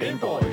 Gameboys.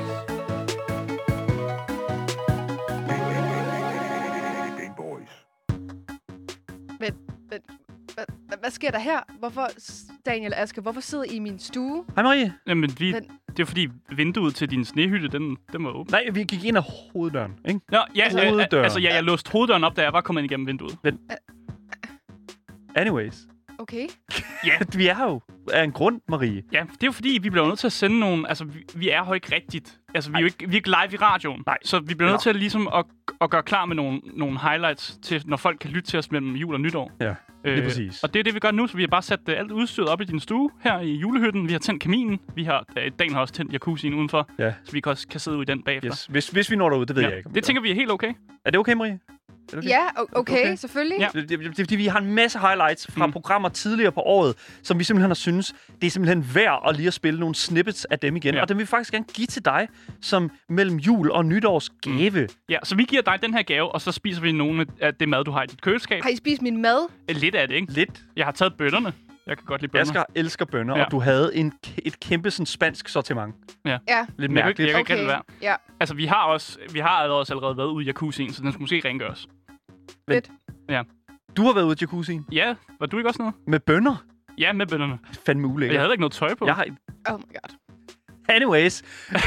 Hvad sker der her? Hvorfor, Daniel Aske, hvorfor sidder I i min stue? Hej Marie. Jamen, det er fordi vinduet til din snehytte, den var åben. Nej, vi gik ind ad hoveddøren, ikke? Nå, ja, Hoveddøren. jeg låste hoveddøren op, da jeg var kommet ind igennem vinduet. Anyways. Okay. Ja. Vi er her jo af en grund, Marie. Ja, det er jo fordi, vi bliver nødt til at sende nogle... Altså, vi er jo ikke rigtigt... Altså, vi er jo ikke live i radioen. Nej. Så vi bliver nødt til at, ligesom at gøre klar med nogle highlights til, når folk kan lytte til os mellem jul og nytår. Ja, lige præcis. Og det er det, vi gør nu, så vi har bare sat alt udstyret op i din stue her i julehytten. Vi har tændt kaminen. Dan har også tændt jacuzzien udenfor, så vi også kan sidde ude i den bagefter. Yes. Hvis vi når derud, det ved jeg ikke. Det tænker vi er helt okay. Er det okay, Marie? Okay? Ja, okay, selvfølgelig. Ja. Det er fordi, vi har en masse highlights fra programmer tidligere på året, som vi simpelthen har synes, det er simpelthen værd at lige at spille nogle snippets af dem igen. Ja. Og dem vil vi faktisk gerne give til dig som mellem jul og nytårs gave. Ja, så vi giver dig den her gave, og så spiser vi nogle af det mad, du har i dit køleskab. Har I spist min mad? Lidt af det, ikke? Lidt. Jeg har taget bønnerne. Jeg kan godt lide bønner. Asger elsker bønner, og du havde et kæmpe sådan, spansk sortiment. Ja. Lidt mærkeligt. Jeg kan ikke det være. Ja. Altså, vi har også allerede været ude i jacuzzien, så den skal måske rengøres. Fedt. Ja. Du har været ude i jacuzzien? Ja, var du ikke også noget? Med bønner? Ja, med bønnerne. Fandme ulækkert. Jeg havde ikke noget tøj på. Jeg har... Oh my god. Anyways.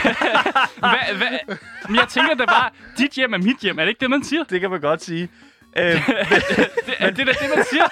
Men jeg tænker, det var dit hjem er mit hjem. Er det ikke det, man siger? Det kan man godt sige. Det er det, man siger.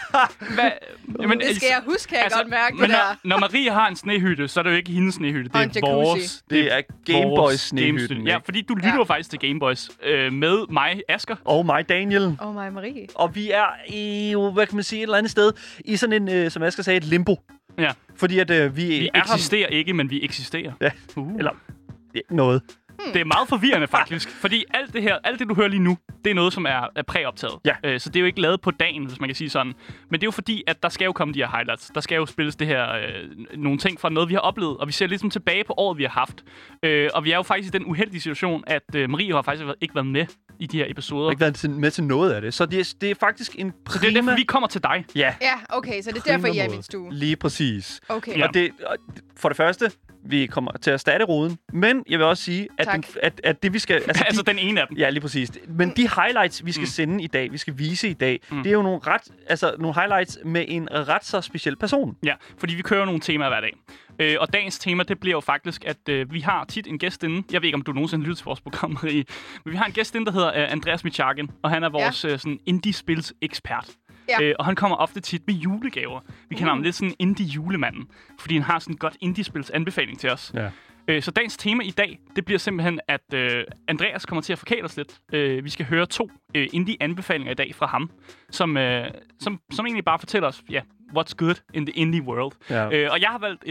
Det skal jeg huske, kan jeg godt mærke men når Marie har en snehytte, så er det jo ikke hendes snehytte. Det er vores. Det er Gameboys snehytten. Ja, fordi du lytter faktisk til Gameboys med mig, Asger. Og mig, Daniel. Og mig, Marie. Og vi er i, hvad kan man sige, et eller andet sted, i sådan en, som Asger sagde, et limbo. Ja. Fordi at vi eksisterer ikke, men vi eksisterer. Ja, eller noget. Det er meget forvirrende, faktisk. Fordi alt det, du hører lige nu, det er noget, som er præoptaget. Ja. Så det er jo ikke lavet på dagen, hvis man kan sige sådan. Men det er jo fordi, at der skal jo komme de her highlights. Der skal jo spilles det her, nogle ting fra noget, vi har oplevet. Og vi ser ligesom tilbage på året, vi har haft. Og vi er jo faktisk i den uheldige situation, at Marie har faktisk ikke været med i de her episoder. Ikke været med til noget af det. Så det er faktisk en prima... Så det er derfor, vi kommer til dig. Ja. Ja, okay. Så det er derfor, I er i min stue. Lige præcis. Okay. Ja. Og det, for det første, vi kommer til at erstatte roden. Men jeg vil også sige, at det vi skal... Altså den ene af dem. Ja, lige præcis. Men de highlights, vi skal sende i dag, vi skal vise i dag, det er jo nogle highlights med en ret så speciel person. Ja, fordi vi kører nogle temaer hver dag. Og dagens tema, det bliver jo faktisk, at vi har tit en gæst inde. Jeg ved ikke, om du nogensinde lytter til vores program, Marie. Men vi har en gæst inde, der hedder Andreas Michalkin, og han er vores sådan indie-spils ekspert. Ja. Og han kommer ofte tit med julegaver. Vi kender ham lidt sådan indie-julemanden, fordi han har sådan en godt indie-spils anbefaling til os. Ja. Så dagens tema i dag, det bliver simpelthen, at Andreas kommer til at forkæle os lidt. Vi skal høre 2 indie-anbefalinger i dag fra ham, som egentlig bare fortæller os, what's good in the indie world. Ja. Og jeg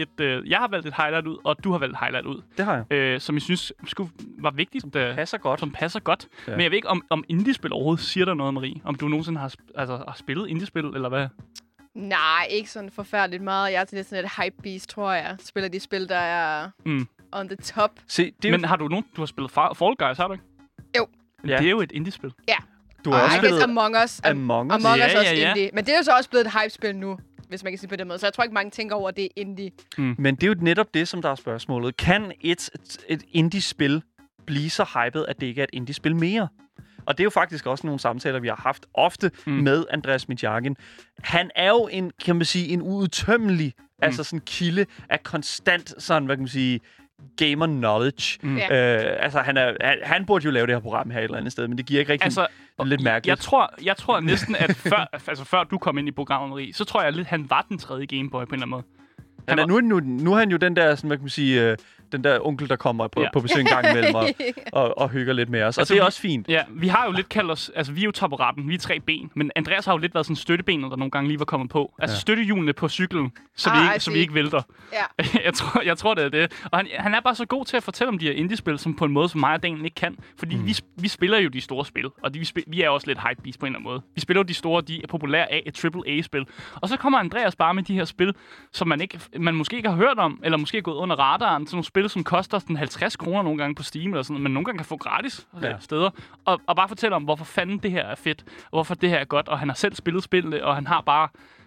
har valgt et highlight ud, og du har valgt et highlight ud. Det har jeg. Som jeg synes var vigtigt. Som passer godt. Ja. Men jeg ved ikke, om indie-spil overhovedet siger der noget, Marie. Om du nogensinde har spillet indie-spil, eller hvad? Nej, ikke sådan forfærdeligt meget. Jeg er til lidt sådan et hype-beast, tror jeg. Spiller de spil, der er on the top. Se, men har du har spillet Fall Guys, har du ikke? Jo. Ja. Det er jo et indie-spil. Ja. Du har også spillet Among Us. Among Us er også indie. Men det er jo så også blevet et hype-spil nu, hvis man kan sige på den måde. Så jeg tror ikke, mange tænker over, at det er indie. Men det er jo netop det, som der er spørgsmålet. Kan et indie-spil blive så hypet, at det ikke er et indie-spil mere? Og det er jo faktisk også nogle samtaler, vi har haft ofte med Andreas Michalkin. Han er jo en uudtømmelig altså sådan kilde af konstant sådan, hvad kan man sige, gamer knowledge. Han burde jo lave det her program her et eller andet sted, men det giver ikke rigtig lidt mærkeligt. Jeg tror næsten, at før du kom ind i programmet, Marie, så tror jeg lidt, han var den tredje Gameboy på en eller anden måde. Nu er han jo den der, sådan, hvad kan man sige, den der onkel, der kommer på besøg en gang imellem og hygger lidt med os. Og det er også fint. Ja, vi har jo lidt kaldt os... Altså, vi er jo taburetten. Vi er 3 ben. Men Andreas har jo lidt været sådan støttebenet, der nogle gange lige var kommet på. Altså støttehjulene på cyklen, så vi ikke vælter. Ja. jeg tror, det er det. Og han er bare så god til at fortælle om de her indie-spil, som på en måde, som mig og Daniel ikke kan. Fordi vi spiller jo de store spil. Og vi er også lidt hype-beast på en eller anden måde. Vi spiller jo de store, de er populære AAA-spil. Og så kommer Andreas bare med de her spil, som man måske ikke har hørt om, eller måske er gået under radaren. Sådan nogle spil, som koster sådan 50 kroner nogle gange på Steam, eller sådan, men nogle gange kan få gratis steder. Og bare fortælle om, hvorfor fanden det her er fedt, og hvorfor det her er godt. Og han har selv spillet spillet, og han har bare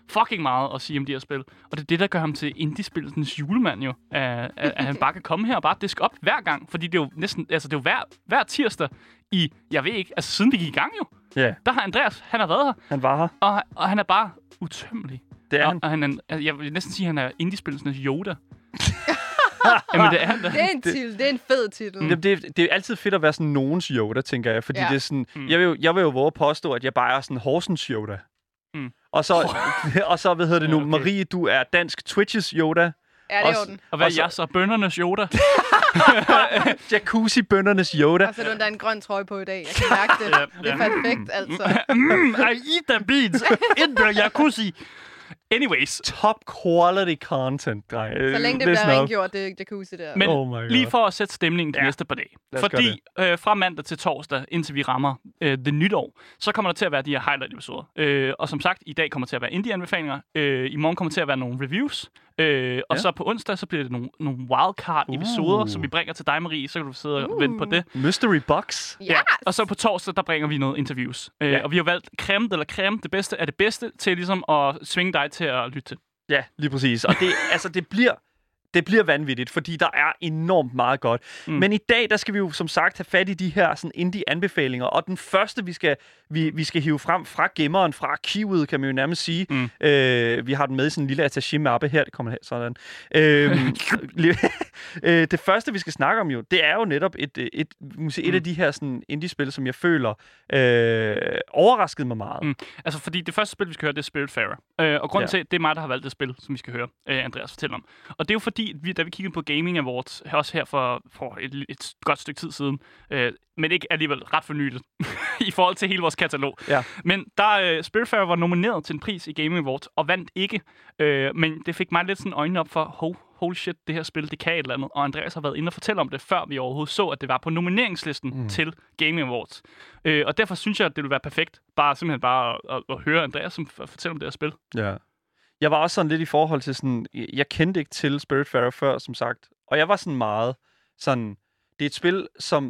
fucking meget at sige om de her spil. Og det er det, der gør ham til indie-spillens julemand jo. At han bare kan komme her og bare diske op hver gang. Fordi det er jo næsten, altså det er jo hver tirsdag i, jeg ved ikke, altså siden vi gik i gang jo. Yeah. Der har Andreas, han har været her. Han var her. Og han er bare utømmelig. Det er han. Og han er, jeg vil næsten sige, at han er indie-spillens Yoda. Jamen, det er han da. Det er en titel. Det er en fed titel. Jamen, det er altid fedt at være sådan nogens Yoda, tænker jeg. Fordi det er sådan... Jeg vil jo våge at påstå, at jeg bare er sådan Horsens Yoda. Og så, hvad hedder det nu? Okay. Marie, du er dansk Twitches Yoda. Ja, det er den. Og hvad er jeg så? Bøndernes Yoda? Jacuzzi-bøndernes Yoda. Og så er der en grøn trøje på i dag. Jeg kan mærke det. Det er perfekt, altså. I eat the beans in the jacuzzi. Anyways. Top quality content, drenge. Så længe det bliver rengjort, det jacuzzi der. Men lige for at sætte stemningen de næste par dage. Fordi fra mandag til torsdag, indtil vi rammer det nytår, så kommer der til at være de her highlight-episoder. Og som sagt, i dag kommer til at være indie-anbefalinger. I morgen kommer til at være nogle reviews. Og så på onsdag, så bliver det nogle wildcard-episoder, som vi bringer til dig, Marie. Så kan du sidde og vente på det. Mystery box. Yes. Ja. Og så på torsdag, der bringer vi noget interviews. Og vi har valgt creme eller creme, det bedste af det bedste, til ligesom at svinge dig til at lytte til. Ja, lige præcis. Og det bliver vanvittigt, fordi der er enormt meget godt. Men i dag, der skal vi jo som sagt have fat i de her sådan indie-anbefalinger. Og den første, vi skal hive frem fra gemmeren, fra arkivet, kan man jo nærmest sige. Vi har den med i sådan en lille attaché-mappe her. Det kommer her sådan. Det første, vi skal snakke om jo, det er jo netop et af de her sådan indie-spil, som jeg føler overraskede mig meget. Altså, fordi det første spil, vi skal høre, det er Spiritfarer. Og grunden til, det er mig, der har valgt det spil, som vi skal høre Andreas fortælle om. Og det er jo fordi, da vi kiggede på Gaming Awards, også her for et godt stykke tid siden, men ikke alligevel ret fornyet i forhold til hele vores katalog. Ja. Men der Spiritfarer var nomineret til en pris i Gaming Awards, og vandt ikke. Men det fik mig lidt sådan øjnene op for, holy shit, det her spil, det kan et eller andet. Og Andreas har været inde og fortælle om det, før vi overhovedet så, at det var på nomineringslisten til Gaming Awards. Og derfor synes jeg, at det ville være perfekt, simpelthen at høre Andreas fortælle om det her spil. Ja. Jeg var også sådan lidt i forhold til sådan... Jeg kendte ikke til Spiritfarer før, som sagt. Og jeg var sådan meget sådan... Det er et spil,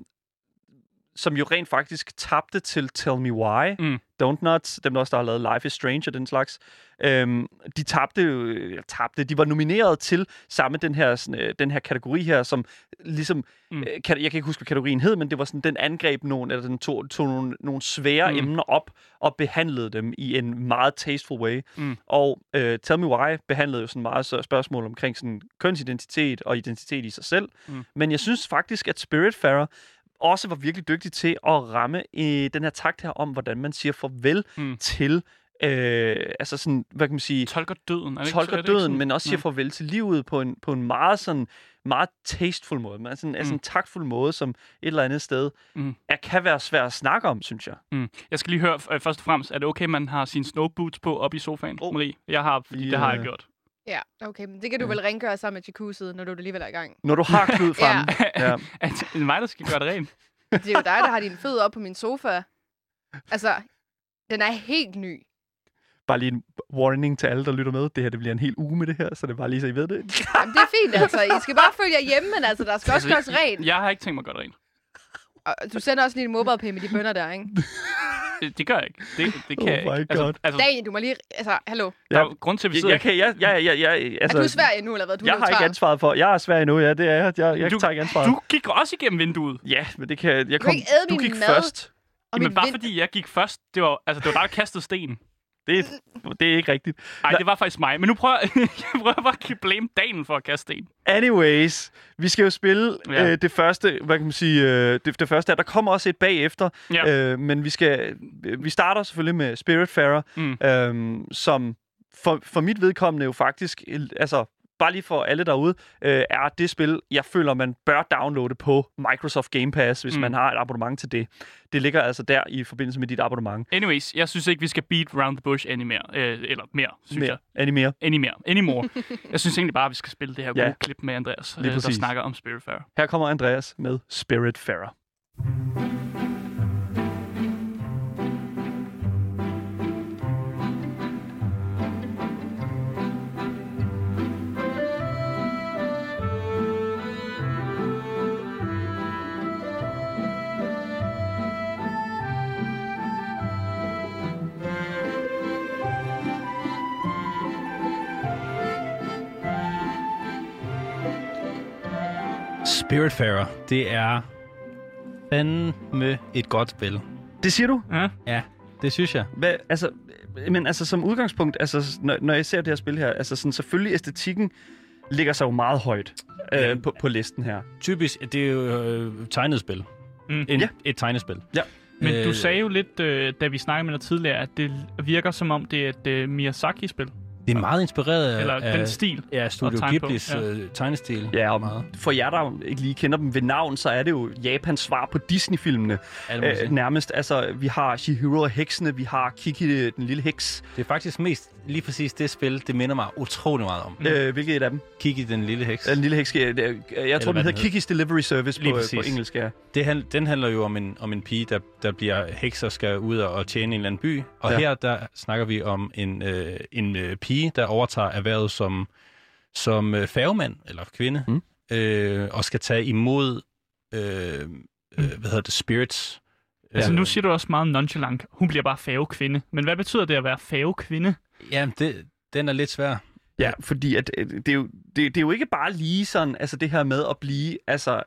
som jo rent faktisk tabte til Tell Me Why. Don't Nuts, dem der også, der har lavet Life is Strange og den slags. De tabte. De var nomineret til samme den her kategori her, som ligesom... jeg kan ikke huske, hvad kategorien hed, men det var sådan, den angreb den tog nogle svære emner op og behandlede dem i en meget tasteful way. Og Tell Me Why behandlede jo sådan meget spørgsmål omkring sådan kønsidentitet og identitet i sig selv. Men jeg synes faktisk, at Spiritfarer også var virkelig dygtig til at ramme den her takt her om, hvordan man siger farvel til, altså sådan, hvad kan man sige... Tolker døden, men også siger farvel til livet på en meget sådan, meget tasteful måde. Men altså en taktful måde, som et eller andet sted kan være svært at snakke om, synes jeg. Jeg skal lige høre først og fremmest, er det okay, man har sine snowboots på op i sofaen, Marie? Jeg har, fordi det har jeg gjort. Ja, okay. Men det kan du vel rengøre sammen med jacuzziet, når du alligevel er i gang. Når du har klud frem. Ja. Er det mig, der skal gøre det rent? Det er jo dig, der har dine fødder op på min sofa. Altså, den er helt ny. Bare lige en warning til alle, der lytter med. Det her, det bliver en hel uge med det her, så det er bare lige, så I ved det. Jamen, det er fint, altså. I skal bare følge jer hjemme, men altså, der skal også gøres rent. Jeg har ikke tænkt mig at gøre det rent. Og du sender også lige en MobilePay med de bønner der, ikke? Det gør jeg ikke. Det kan jeg ikke. Altså, Dag, du må lige... Altså, hallo. Der er grund til, at vi sidder... Er du Sverige nu, eller hvad? Jeg har ikke ansvaret for... Jeg er Sverige nu, ja. Det er jeg. Jeg tager ikke ansvaret. Du gik også igennem vinduet. Ja, men det kan... Du gik mad, først. Jamen, bare fordi jeg gik først, det var dig, der kastede sten. Det er ikke rigtigt. Nej, det var faktisk mig. Men nu prøver jeg bare at blame dagen for at kaste sten. Anyways, vi skal jo spille det første, hvad kan man sige, det første er, der kommer også et bagefter, men vi starter selvfølgelig med Spiritfarer, som for mit vedkommende jo faktisk, altså bare lige for alle derude, er det spil, jeg føler, man bør downloade på Microsoft Game Pass, hvis man har et abonnement til det. Det ligger altså der i forbindelse med dit abonnement. Anyways, jeg synes ikke, vi skal beat round the bush anymore. Eller mere, synes jeg. Anymore. Jeg synes egentlig bare, at vi skal spille det her gode klip med Andreas, der snakker om Spiritfarer. Her kommer Andreas med Spiritfarer. Spiritfarer, det er fandme et godt spil. Det siger du? Ja, det synes jeg. Men som udgangspunkt, når jeg ser det her spil her, sådan, selvfølgelig æstetikken ligger sig jo meget højt på listen her. Typisk, det er jo tegnet spil. Et tegnespil. Ja. Men du sagde jo lidt, da vi snakkede med dig tidligere, at det virker som om, det er et Miyazaki-spil. Det er meget inspireret af den stil. Ja, Studio Ghiblis tegnestil. Ja, og meget. For jer, der ikke lige kender dem ved navn, så er det jo Japans svar på Disney-filmene. Nærmest. Vi har Chihiro og heksene, vi har Kiki, den lille heks. Det er faktisk mest lige præcis det spil, det minder mig utrolig meget om. Hvilket et af dem? Kiki, den lille heks. Den lille heks, jeg tror, den hedder Kiki's Delivery Service på engelsk, ja. Den handler jo om en pige, der bliver heks og skal ud og tjene en eller anden by. Og her, der snakker vi om en pige, der overtager erhvervet som færgemand, eller kvinde, og skal tage imod, spirits. Altså nu siger du også meget nonchalant, hun bliver bare færgekvinde. Men hvad betyder det at være færgekvinde? Ja, den er lidt svær. Ja, fordi at, det er jo ikke bare lige sådan, det her med at blive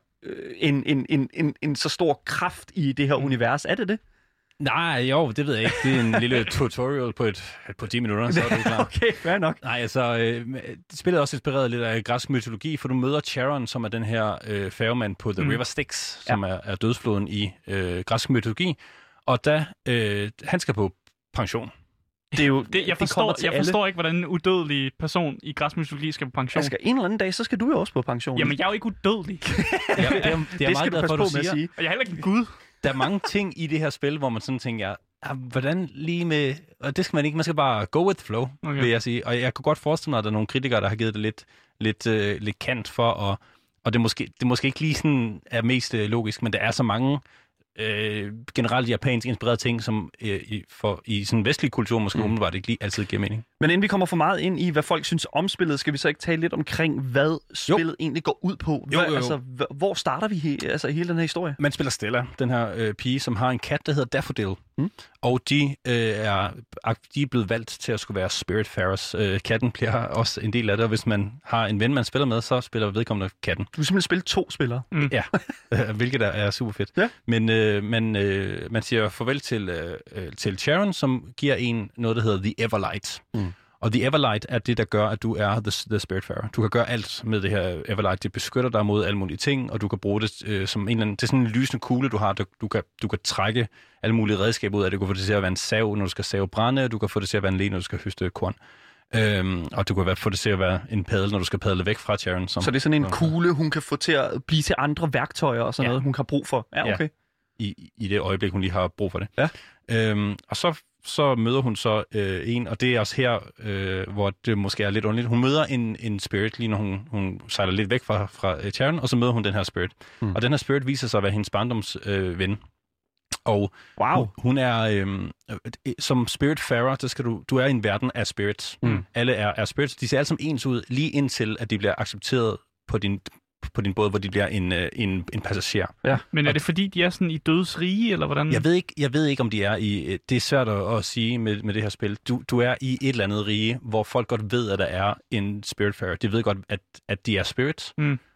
en så stor kraft i det her univers. Er det det? Nej, jo, det ved jeg ikke. Det er en lille tutorial på 10 minutter, så er det klar. Okay, fair nok. Nej, spillet er også inspireret lidt af græsk mytologi, for du møder Charon, som er den her færgemand på The River Styx, som er dødsfloden i græsk mytologi. Og han skal på pension. Det er jo, jeg forstår ikke, hvordan en udødelig person i græsk mytologi skal på pension. En eller anden dag, så skal du jo også på pension. Jamen, jeg er jo ikke udødelig. Det er meget glad for, at du siger. Og jeg er heller ikke en gud. Der er mange ting i det her spil, hvor man sådan tænker, hvordan lige med... Og det skal man ikke, man skal bare go with flow, vil jeg sige. Og jeg kunne godt forestille mig, at der er nogle kritikere, der har givet det lidt kant for, og det måske ikke lige sådan er mest logisk, men der er så mange generelt japansk inspirerede ting, som i sådan vestlig kultur måske umiddelbart ikke lige altid giver mening. Men inden vi kommer for meget ind i, hvad folk synes om spillet, skal vi så ikke tale lidt omkring, hvad spillet egentlig går ud på? Hvor starter vi hele den her historie? Man spiller Stella, den her pige, som har en kat, der hedder Daffodil. Og de er blevet valgt til at skulle være Spiritfarers. Katten bliver også en del af det, og hvis man har en ven, man spiller med, så spiller vedkommende katten. Du kan simpelthen spille 2 spillere. Ja, hvilket er super fedt. Ja. Men man siger farvel til Charon, som giver noget, der hedder The Everlight. Og The Everlight er det, der gør, at du er the Spiritfarer. Du kan gøre alt med det her Everlight. Det beskytter dig mod alle mulige ting, og du kan bruge det som en eller anden... Det er sådan en lysende kugle, du har. Du kan trække alle mulige redskaber ud af det. Du kan få det til at være en sav, når du skal save brænde. Du kan få det til at være en le, når du skal høste korn. Og du kan få det til at være en padel, når du skal padle væk fra Charon. Så det er sådan en kugle, hun kan få til at blive til andre værktøjer og sådan noget, hun har brug for? Ja, okay. I det øjeblik, hun lige har brug for det. Ja. Og så møder hun så en, og det er også her, hvor det måske er lidt underligt. Hun møder en spirit, lige når hun sejler lidt væk fra Charon, og så møder hun den her spirit. Og den her spirit viser sig at være hendes barndoms ven. Og hun er, som Spiritfarer, så skal du er i en verden af spirits. Alle er spirits. De ser alle som ens ud, lige indtil, at de bliver accepteret på din båd, hvor de bliver en passager. Ja. Men er det fordi, de er sådan i dødsrige, eller hvordan? Jeg ved ikke, om de er i... Det er svært at sige med det her spil. Du er i et eller andet rige, hvor folk godt ved, at der er en Spiritfarer. De ved godt, at de er spirits.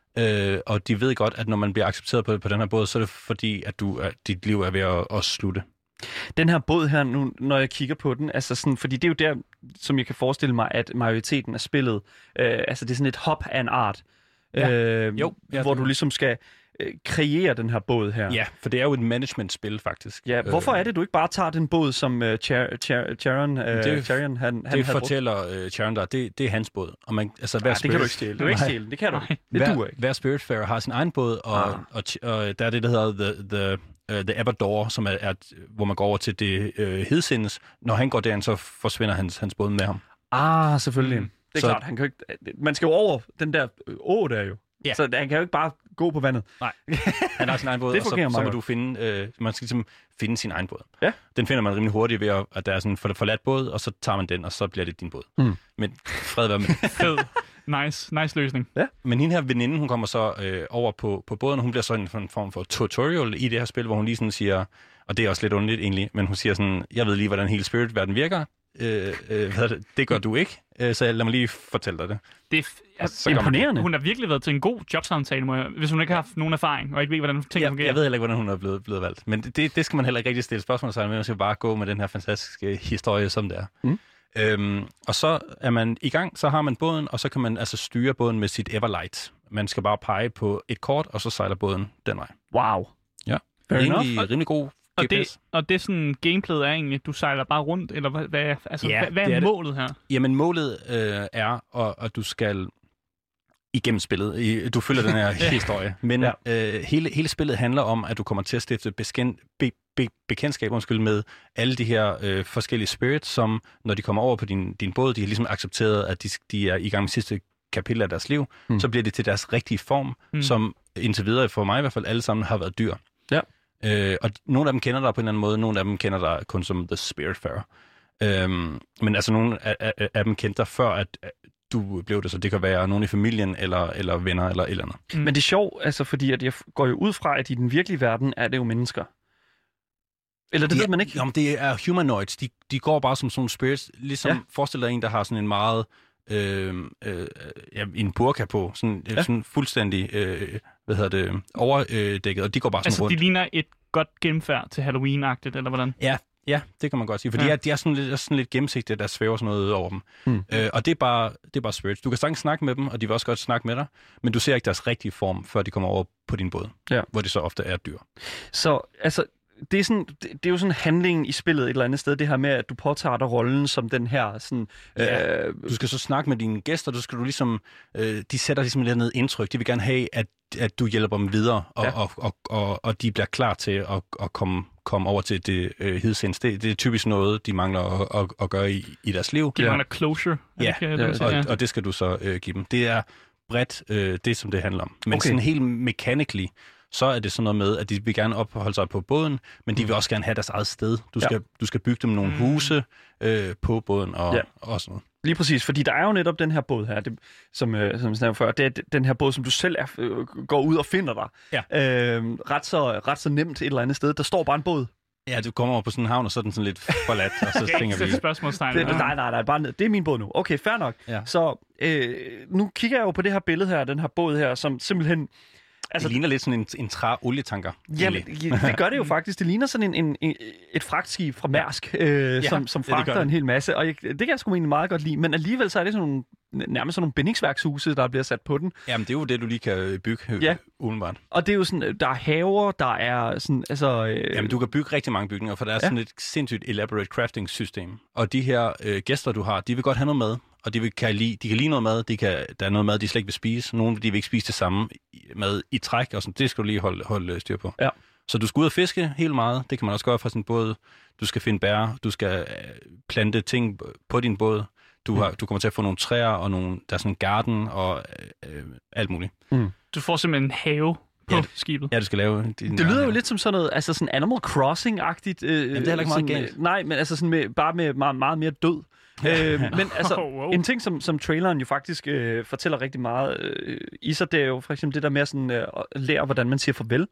Og de ved godt, at når man bliver accepteret på den her båd, så er det fordi, at dit liv er ved at slutte. Den her båd her, nu, når jeg kigger på den, fordi det er jo der, som jeg kan forestille mig, at majoriteten af spillet, det er sådan et hop af en art, hvor du ligesom skal kreere den her båd her. Ja, for det er jo et management-spil, faktisk. Ja, hvorfor er det, du ikke bare tager den båd, som Charon det fortæller Charon der, det er hans båd. Og man, det kan du ikke stjæle. Du kan ikke stjæle. Det kan du ikke. Det duer ikke. Hver Spiritfarer har sin egen båd, og der er det, der hedder The Everdor, som er hvor man går over til det hedsindes. Når han går derind, så forsvinder hans båd med ham. Selvfølgelig. Det er klart, han kan ikke, man skal jo over den der å der jo. Ja. Så han kan jo ikke bare gå på vandet. Nej, han har sin egen båd, og så må du finde, man skal ligesom finde sin egen båd. Ja. Den finder man rimelig hurtigt ved, at der er sådan en forladt båd, og så tager man den, og så bliver det din båd. Men fred være med det. Fed. Nice løsning. Ja. Men hende her veninde, hun kommer så over på båden, og hun bliver så en form for tutorial i det her spil, hvor hun lige sådan siger, og det er også lidt underligt egentlig, men hun siger sådan, jeg ved lige, hvordan hele spirit-verden virker. det gør du ikke, så lad mig lige fortælle dig det. Det er imponerende. Hun har virkelig været til en god jobsamtale, hvis hun ikke har haft nogen erfaring, og ikke ved, hvordan tingene fungerer. Jeg ved heller ikke, hvordan hun er blevet valgt. Men det skal man heller ikke rigtig stille spørgsmål til, men man skal bare gå med den her fantastiske historie, som det er. Og så er man i gang, så har man båden, og så kan man altså styre båden med sit Everlight. Man skal bare pege på et kort, og så sejler båden den vej. Wow. Ja, rimelig god GPS. Og det sådan gameplayet er egentlig, du sejler bare rundt, eller hvad er målet her? Jamen målet er, at du skal igennem spillet. Du følger den her historie. Men hele spillet handler om, at du kommer til at stifte bekendtskab med alle de her forskellige spirits, som når de kommer over på din båd, de har ligesom accepteret, at de er i gang med sidste kapitel af deres liv, så bliver det til deres rigtige form, som indtil videre, for mig i hvert fald, alle sammen har været dyr. Ja. Og nogle af dem kender dig på en eller anden måde, nogle af dem kender dig kun som The Spiritfarer. Men altså nogle af dem kendte dig før, at du blev det, så det kan være nogen i familien, eller venner, eller et eller andet. Men det er sjovt, altså, fordi at jeg går jo ud fra, at i den virkelige verden er det jo mennesker. Eller det ved man ikke? Jamen, det er humanoids. De går bare som sådan spirits. Ligesom forestiller en, der har sådan en meget en burka på, sådan fuldstændig overdækket, og de går bare sådan rundt. Altså, de ligner et godt gennemfærd til Halloween-agtigt, eller hvordan? Ja, det kan man godt sige, for de er sådan lidt gennemsigtige, der svæver sådan noget over dem. Og det er bare spirits. Du kan sagtens snakke med dem, og de vil også godt snakke med dig, men du ser ikke deres rigtige form, før de kommer over på din båd, hvor det så ofte er dyr. Så altså, det er jo sådan handlingen i spillet et eller andet sted, det her med, at du påtager dig rollen som den her sådan... Du skal så snakke med dine gæster, de sætter ligesom lidt ned indtryk. De vil gerne have, at du hjælper dem videre, og de bliver klar til at komme over til det hidsinds. Det er typisk noget, de mangler at gøre i deres liv. De mangler closure. Og det skal du så give dem. Det er bredt det, som det handler om. Men sådan helt mechanically, så er det sådan noget med, at de vil gerne opholde sig på båden, men de vil også gerne have deres eget sted. Du skal bygge dem nogle huse på båden og sådan noget. Lige præcis, fordi der er jo netop den her båd her, som snakker før, det er den her båd, som du selv går ud og finder dig. Ja. Ret så nemt et eller andet sted. Der står bare en båd. Ja, du kommer over på sådan en havn, og så er den sådan lidt forladt, og så tænker vi... Nej, bare ned. Det er min båd nu. Okay, fair nok. Ja. Så nu kigger jeg jo på det her billede her, den her båd her, som simpelthen... Altså, det ligner lidt sådan en olietanker. Jamen, det gør det jo faktisk. Det ligner sådan et fragtskib fra Mærsk, som fragter en hel masse. Og det kan jeg sgu egentlig meget godt lide. Men alligevel så er det sådan nærmest sådan nogle bindingsværkshuse, der bliver sat på den. Jamen, det er jo det, du lige kan bygge udenbart. Og det er jo sådan, der er haver, der er sådan, altså... Jamen, du kan bygge rigtig mange bygninger, for der er sådan et sindssygt elaborate crafting-system. Og de her gæster, du har, de vil godt have noget mad. Og de kan lide noget mad, der er noget mad, de slet ikke vil spise. Nogle de vil ikke spise det samme mad i træk, og sådan, det skal du lige holde styr på. Ja. Så du skal ud og fiske helt meget. Det kan man også gøre fra sin båd. Du skal finde bær, du skal plante ting på din båd. Du kommer til at få nogle træer, og der er sådan en garden, og alt muligt. Du får simpelthen en have på skibet. Ja, du skal lave... Det lyder jo lidt som sådan noget, altså sådan Animal Crossing-agtigt. Jamen, det er heller ikke meget galt. Nej, men altså sådan bare med meget mere død. Men altså, en ting, som traileren jo faktisk fortæller rigtig meget i sig, det er jo for eksempel det der med sådan, at lære, hvordan man siger farvel.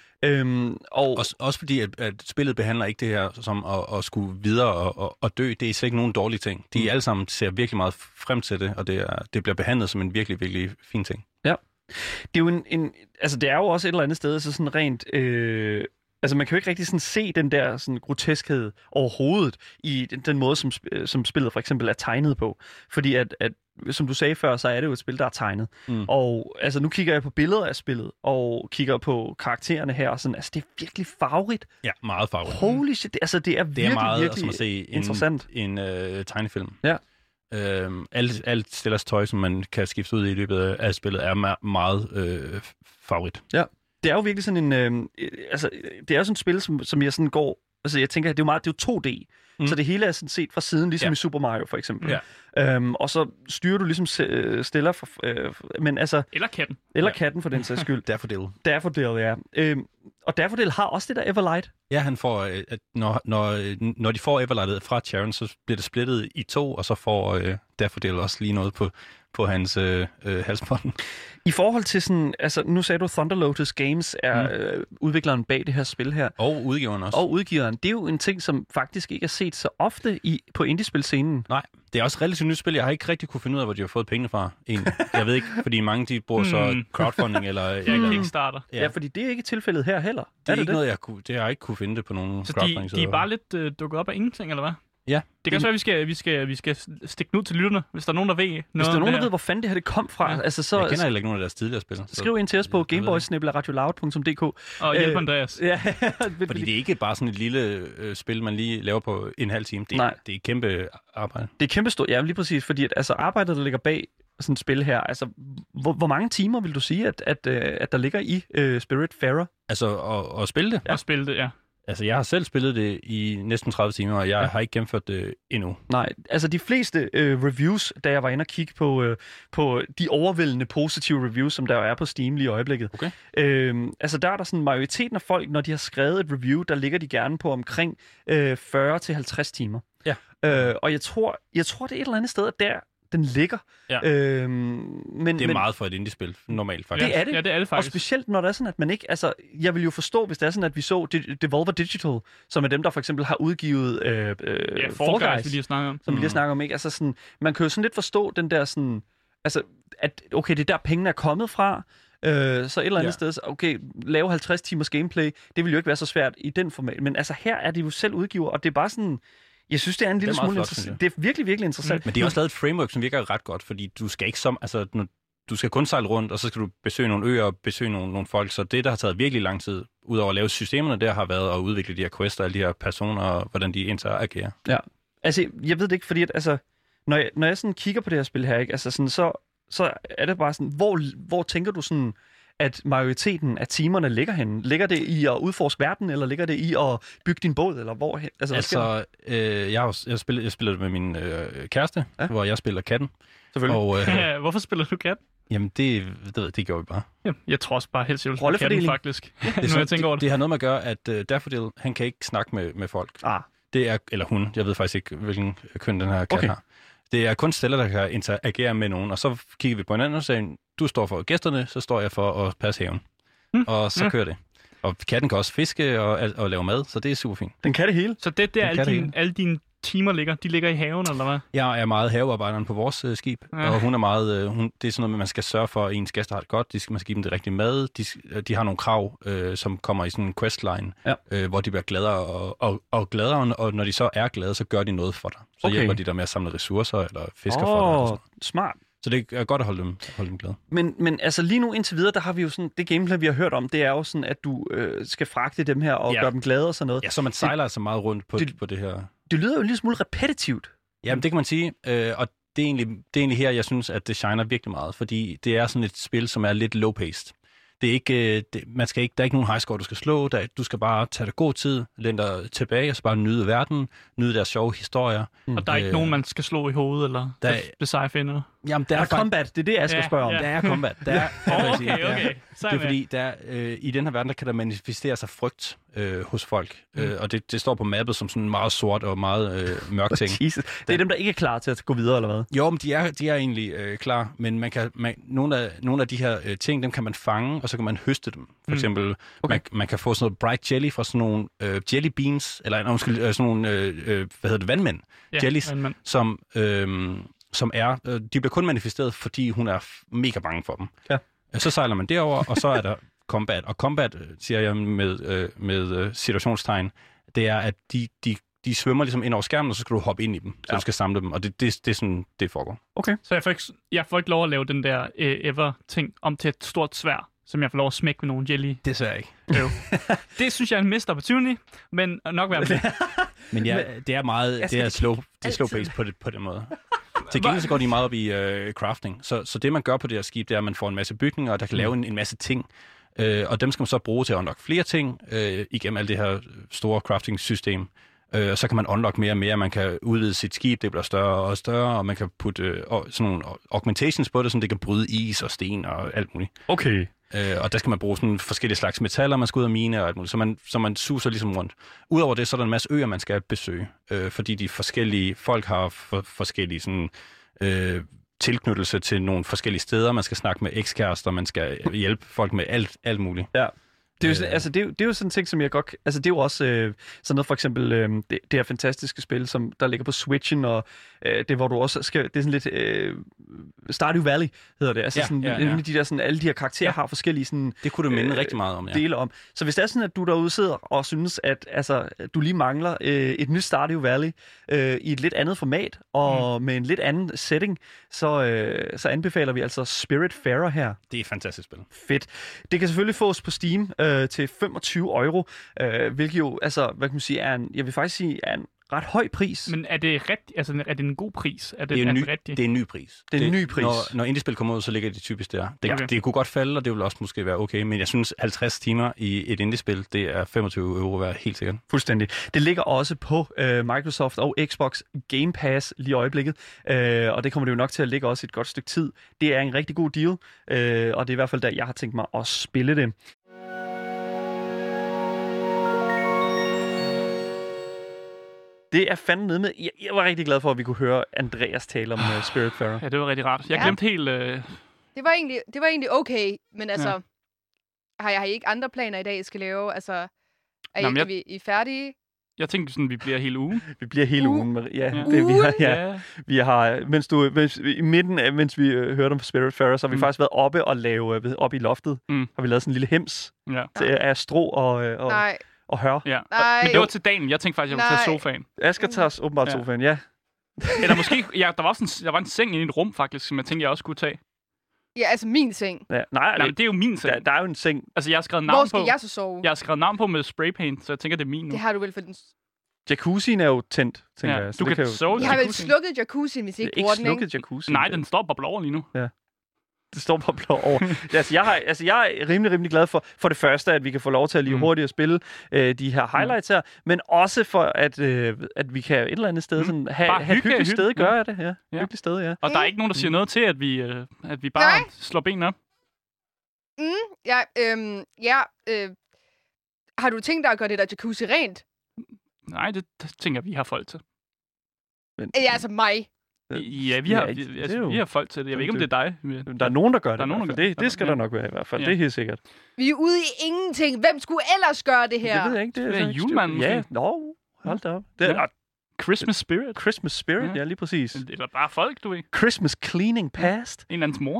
Også fordi, at spillet behandler ikke det her som at skulle videre og dø. Det er slet ikke nogen dårlige ting. De alle sammen ser virkelig meget frem til det, og det bliver behandlet som en virkelig, virkelig fin ting. Ja. Det er jo altså det er jo også et eller andet sted, så sådan rent... Altså, man kan jo ikke rigtig sådan se den der sådan groteskhed overhovedet i den måde, som spillet for eksempel er tegnet på. Fordi at som du sagde før, så er det jo et spil, der er tegnet. Og altså, nu kigger jeg på billeder af spillet, og kigger på karaktererne her, og sådan, altså, det er virkelig farverigt. Ja, meget farverigt. Holy shit, det er virkelig, meget, virkelig som at se interessant. En tegnefilm. Ja. Alt Stellars tøj, som man kan skifte ud i løbet af spillet, er meget favorit. Ja. Det er jo virkelig sådan en... altså, det er jo sådan et spil, som jeg sådan går... Altså, jeg tænker, det er jo 2D. Så det hele er sådan set fra siden, ligesom i Super Mario, for eksempel. Ja. Og så styrer du ligesom Stellar... men altså... Eller katten. Eller katten, for den sags skyld. Daffodil, ja. Og Daffodil har også det der Everlight. Ja, han får... Når de får Everlightet fra Charon, så bliver det splittet i 2, og så får Daffodil også lige noget på på hans halsbånd. I forhold til sådan, altså nu sagde du, Thunder Lotus Games er udvikleren bag det her spil her. Og udgiveren også. Og udgiveren. Det er jo en ting, som faktisk ikke er set så ofte på indiespilscenen. Nej, det er også relativt nyt spil. Jeg har ikke rigtig kunne finde ud af, hvor de har fået pengene fra. Jeg ved ikke, fordi mange de bruger så crowdfunding eller Kickstarter. Ja, fordi det er ikke tilfældet her heller. Det er ikke noget, jeg har ikke kunne finde det på nogen crowdfunding. Så de er bare lidt dukket op af ingenting, eller hvad? Ja. Det kan så være, at vi skal stikke ud til lytterne, hvis der er nogen, der ved noget. Hvis der er nogen, der ved, hvor fanden det her det kom fra. Ja. Altså, så, jeg kender heller ikke nogen af deres tidligere spil. Skriv ind til os på gameboys@radioloud.dk. Og hjælp Andreas. Ja. Fordi det er ikke bare sådan et lille spil, man lige laver på en halv time. Det er et kæmpe arbejde. Det er kæmpe stort, ja, lige præcis. Fordi at, altså, arbejdet, der ligger bag sådan et spil her, altså, hvor mange timer vil du sige, at der ligger i Spiritfarer? Altså, at spille det? Ja. At spille det, ja. Altså, jeg har selv spillet det i næsten 30 timer, og jeg har ikke gennemført det endnu. Nej, altså de fleste reviews, da jeg var inde og kigge på de overvældende positive reviews, som der er på Steam lige i øjeblikket. Okay. Altså der er der sådan majoriteten af folk, når de har skrevet et review, der ligger de gerne på omkring 40-50 timer. Ja. Og jeg tror, det er et eller andet sted, der den ligger. Ja. Men, det er meget for et indie-spil, normalt faktisk. Det er det. Ja, det er det faktisk. Og specielt når det er sådan, at man ikke... Altså, jeg vil jo forstå, hvis det er sådan, at vi så Devolver Digital, som er dem, der for eksempel har udgivet Fall Guys, vi lige snakker om. Som vi lige snakker om, ikke? Altså sådan, man kan jo sådan lidt forstå den der sådan... Altså, at okay, det er der pengene er kommet fra, så et eller andet sted, okay, lave 50 timers gameplay, det vil jo ikke være så svært i den format. Men altså, her er de jo selv udgiver, og det er bare sådan... Jeg synes, det er en lille smule interessant. Det er virkelig, virkelig interessant. Men det er også lavet et framework, som virker ret godt, fordi du skal ikke du skal kun sejle rundt, og så skal du besøge nogle øer og besøge nogle folk. Så det, der har taget virkelig lang tid, udover at lave systemerne, der har været at udvikle de her quests og alle de her personer, og hvordan de interagerer. Ja, altså, jeg ved det ikke, fordi at, altså, når jeg sådan kigger på det her spil her, ikke, altså sådan, så er det bare sådan, hvor tænker du sådan, at majoriteten af timerne ligger henne? Ligger det i at udforske verden, eller ligger det i at bygge din båd, eller hvor? Altså jeg spiller det med min kæreste, hvor jeg spiller katten. Selvfølgelig. Og, hvorfor spiller du katten? Jamen, det gjorde vi bare. Ja, jeg tror også bare helst, jeg vil spille katten, faktisk. Det har noget med at gøre, at Daffodil, han kan ikke snakke med folk. Det er, eller hun, jeg ved faktisk ikke, hvilken køn den her kat har. Det er kun Stella, der kan interagere med nogen, og så kigger vi på hinanden og siger, du står for gæsterne, så står jeg for at passe haven. Og så kører det. Og katten kan også fiske og lave mad, så det er super fint. Den kan det hele. Så det der, alle dine timer ligger, de ligger i haven, eller hvad? Jeg er meget havearbejderen på vores skib, og hun er meget, det er sådan noget med, at man skal sørge for, at ens gæster har det godt, man skal give dem det rigtige mad, de har nogle krav, som kommer i sådan en questline, hvor de bliver gladere og gladere, og når de så er glade, så gør de noget for dig. Så hjælper de dig med at samle ressourcer, eller fisker for dig. Smart. Så det er godt at holde dem glade. Men altså lige nu indtil videre, der har vi jo sådan, det gameplay, vi har hørt om, det er jo sådan, at du skal fragte dem her og gøre dem glade og sådan noget. Ja, så man sejler altså meget rundt på det her. Det lyder jo en lille smule repetitivt. Jamen, det kan man sige. Og det er egentlig her, jeg synes, at det shiner virkelig meget. Fordi det er sådan et spil, som er lidt low-paced. Det er ikke, der er ikke nogen highscore, du skal slå. Du skal bare tage dig god tid, læne dig tilbage, og så bare nyde verden, nyde deres sjove historier. Og der er ikke nogen, man skal slå i hovedet, eller besejre fjender? Jamen, der er combat, det er det, jeg skal spørge om. Der er combat. Okay. Det er fordi, i den her verden, der kan der manifestere sig frygt hos folk. Og det står på mappet som sådan en meget sort og meget mørk ting. Jesus. Det er dem, der ikke er klar til at gå videre, eller hvad? Jo, men de er egentlig klar, men nogle af de her ting, dem kan man fange, og så kan man høste dem. For eksempel, man kan få sådan noget bright jelly fra sådan nogle jelly beans, eller sådan nogle, vandmænd. Jellies, som er, de bliver kun manifesteret, fordi hun er mega bange for dem. Ja. Så sejler man derover, og så er der combat. Og combat, siger jeg med situationstegn, det er, at de svømmer ligesom ind over skærmen, og så skal du hoppe ind i dem, så du skal samle dem. Og det er sådan, det foregår. Okay. Så jeg får ikke lov at lave den der ever-ting om til et stort sværd, som jeg får lov at smække med nogle jelly. Desværre ikke. Det synes jeg er en missed opportunity, men nok være med det. Men ja, det er meget, det er slow pace på den måde. Til gengæld så går de meget op i crafting. Så det, man gør på det her skib, det er, at man får en masse bygninger, og der kan lave en masse ting. Og dem skal man så bruge til at unlock flere ting igennem alt det her store crafting-system. Og så kan man unlock mere og mere. Man kan udvide sit skib, det bliver større og større, og man kan putte sådan nogle augmentations på det, så det kan bryde is og sten og alt muligt. Okay. Og der skal man bruge sådan forskellige slags metaller, man skal ud og mine og alt muligt, så man suser ligesom rundt. Udover det, så er der en masse øer, man skal besøge, fordi de forskellige folk har forskellige sådan, tilknyttelse til nogle forskellige steder. Man skal snakke med ekskærester, man skal hjælpe folk med alt muligt. Ja. Det er, jo sådan, altså, det er jo sådan en ting, som jeg godt... Altså, det er jo også sådan noget, for eksempel det her fantastiske spil, som der ligger på Switchen, og det, hvor du også skal... Det er sådan lidt... Stardew Valley hedder det. Altså, sådan, de der, sådan, alle de her karakterer har forskellige sådan... Det kunne du minde rigtig meget om, dele om. Så hvis det er sådan, at du derude sidder og synes, at altså, du lige mangler et nyt Stardew Valley i et lidt andet format, og med en lidt anden setting, så anbefaler vi altså Spiritfarer her. Det er et fantastisk spil. Fedt. Det kan selvfølgelig fås på Steam til 25 €, hvilket jo, altså, hvad kan man sige, jeg vil faktisk sige, er en ret høj pris. Men er det er det en god pris? Det er en ny pris. Det er en ny pris. Når indiespil kommer ud, så ligger det typisk der. Det kunne godt falde, og det vil også måske være okay, men jeg synes 50 timer i et indiespil, det er 25 € værd, helt sikkert. Fuldstændig. Det ligger også på Microsoft og Xbox Game Pass lige i øjeblikket, og det kommer det jo nok til at ligge også et godt stykke tid. Det er en rigtig god deal, og det er i hvert fald der, jeg har tænkt mig at spille det. Det er fandme nede med. Jeg var rigtig glad for, at vi kunne høre Andreas tale om Spiritfarer. Ja, det var rigtig rart. Jeg glemte helt... Det var egentlig okay, men altså... Har jeg ikke andre planer i dag, jeg skal lave? Altså, er I færdige? Jeg tænkte sådan, vi bliver hele ugen. Vi bliver hele ugen. Vi har, mens vi hørte om Spiritfarer, så har vi faktisk været oppe og lave, oppe i loftet, har vi lavet sådan en lille hems af strå og hør. Ja. Men det var til dagen. Jeg tænkte faktisk, at jeg ville tage sofaen. Asger tager åbenbart sofaen, ja. Eller måske... der var en seng i et rum, faktisk, som jeg tænkte, jeg også skulle tage. Ja, altså min seng. Ja, nej, men det er jo min seng. Der er jo en seng. Altså, jeg har skrevet navn på... Hvor skal jeg så sove? Jeg har skrevet navn på med spraypaint, så jeg tænker, det er min nu. Det har du vel for den... Jacuzzien er jo tændt, tænker jeg. Du kan sove i Jeg har vel slukket jacuzzien, hvis I ikke bruger den, ikke? Slukket jacuzzien. Nej, den står bobler over lige nu. Ja. Det står bare blå over. Jeg er rimelig glad for det første, at vi kan få lov til at lige hurtigt at spille de her highlights her, men også for, at vi kan et eller andet sted sådan, have et hyggeligt sted gøre det. Ja. Hyggeligt sted, ja. Og der er ikke nogen, der siger noget til, at vi bare slår benene op. Har du tænkt dig at gøre det der jacuzzi rent? Nej, det tænker vi har folk til. Men, ja, altså mig. Ja, vi har folk til det. Jeg ved ikke, om det er dig. Der er nogen, der gør det. Det skal der nok være i hvert fald. Det er helt sikkert. Vi er ude i ingenting. Hvem skulle ellers gøre det her? Det ved jeg ikke. Det er julemanden. Ja, hold da op. Det er Christmas Spirit. Christmas Spirit, ja, lige præcis. Eller bare folk, du ved. Christmas Cleaning Past. En eller andens mor.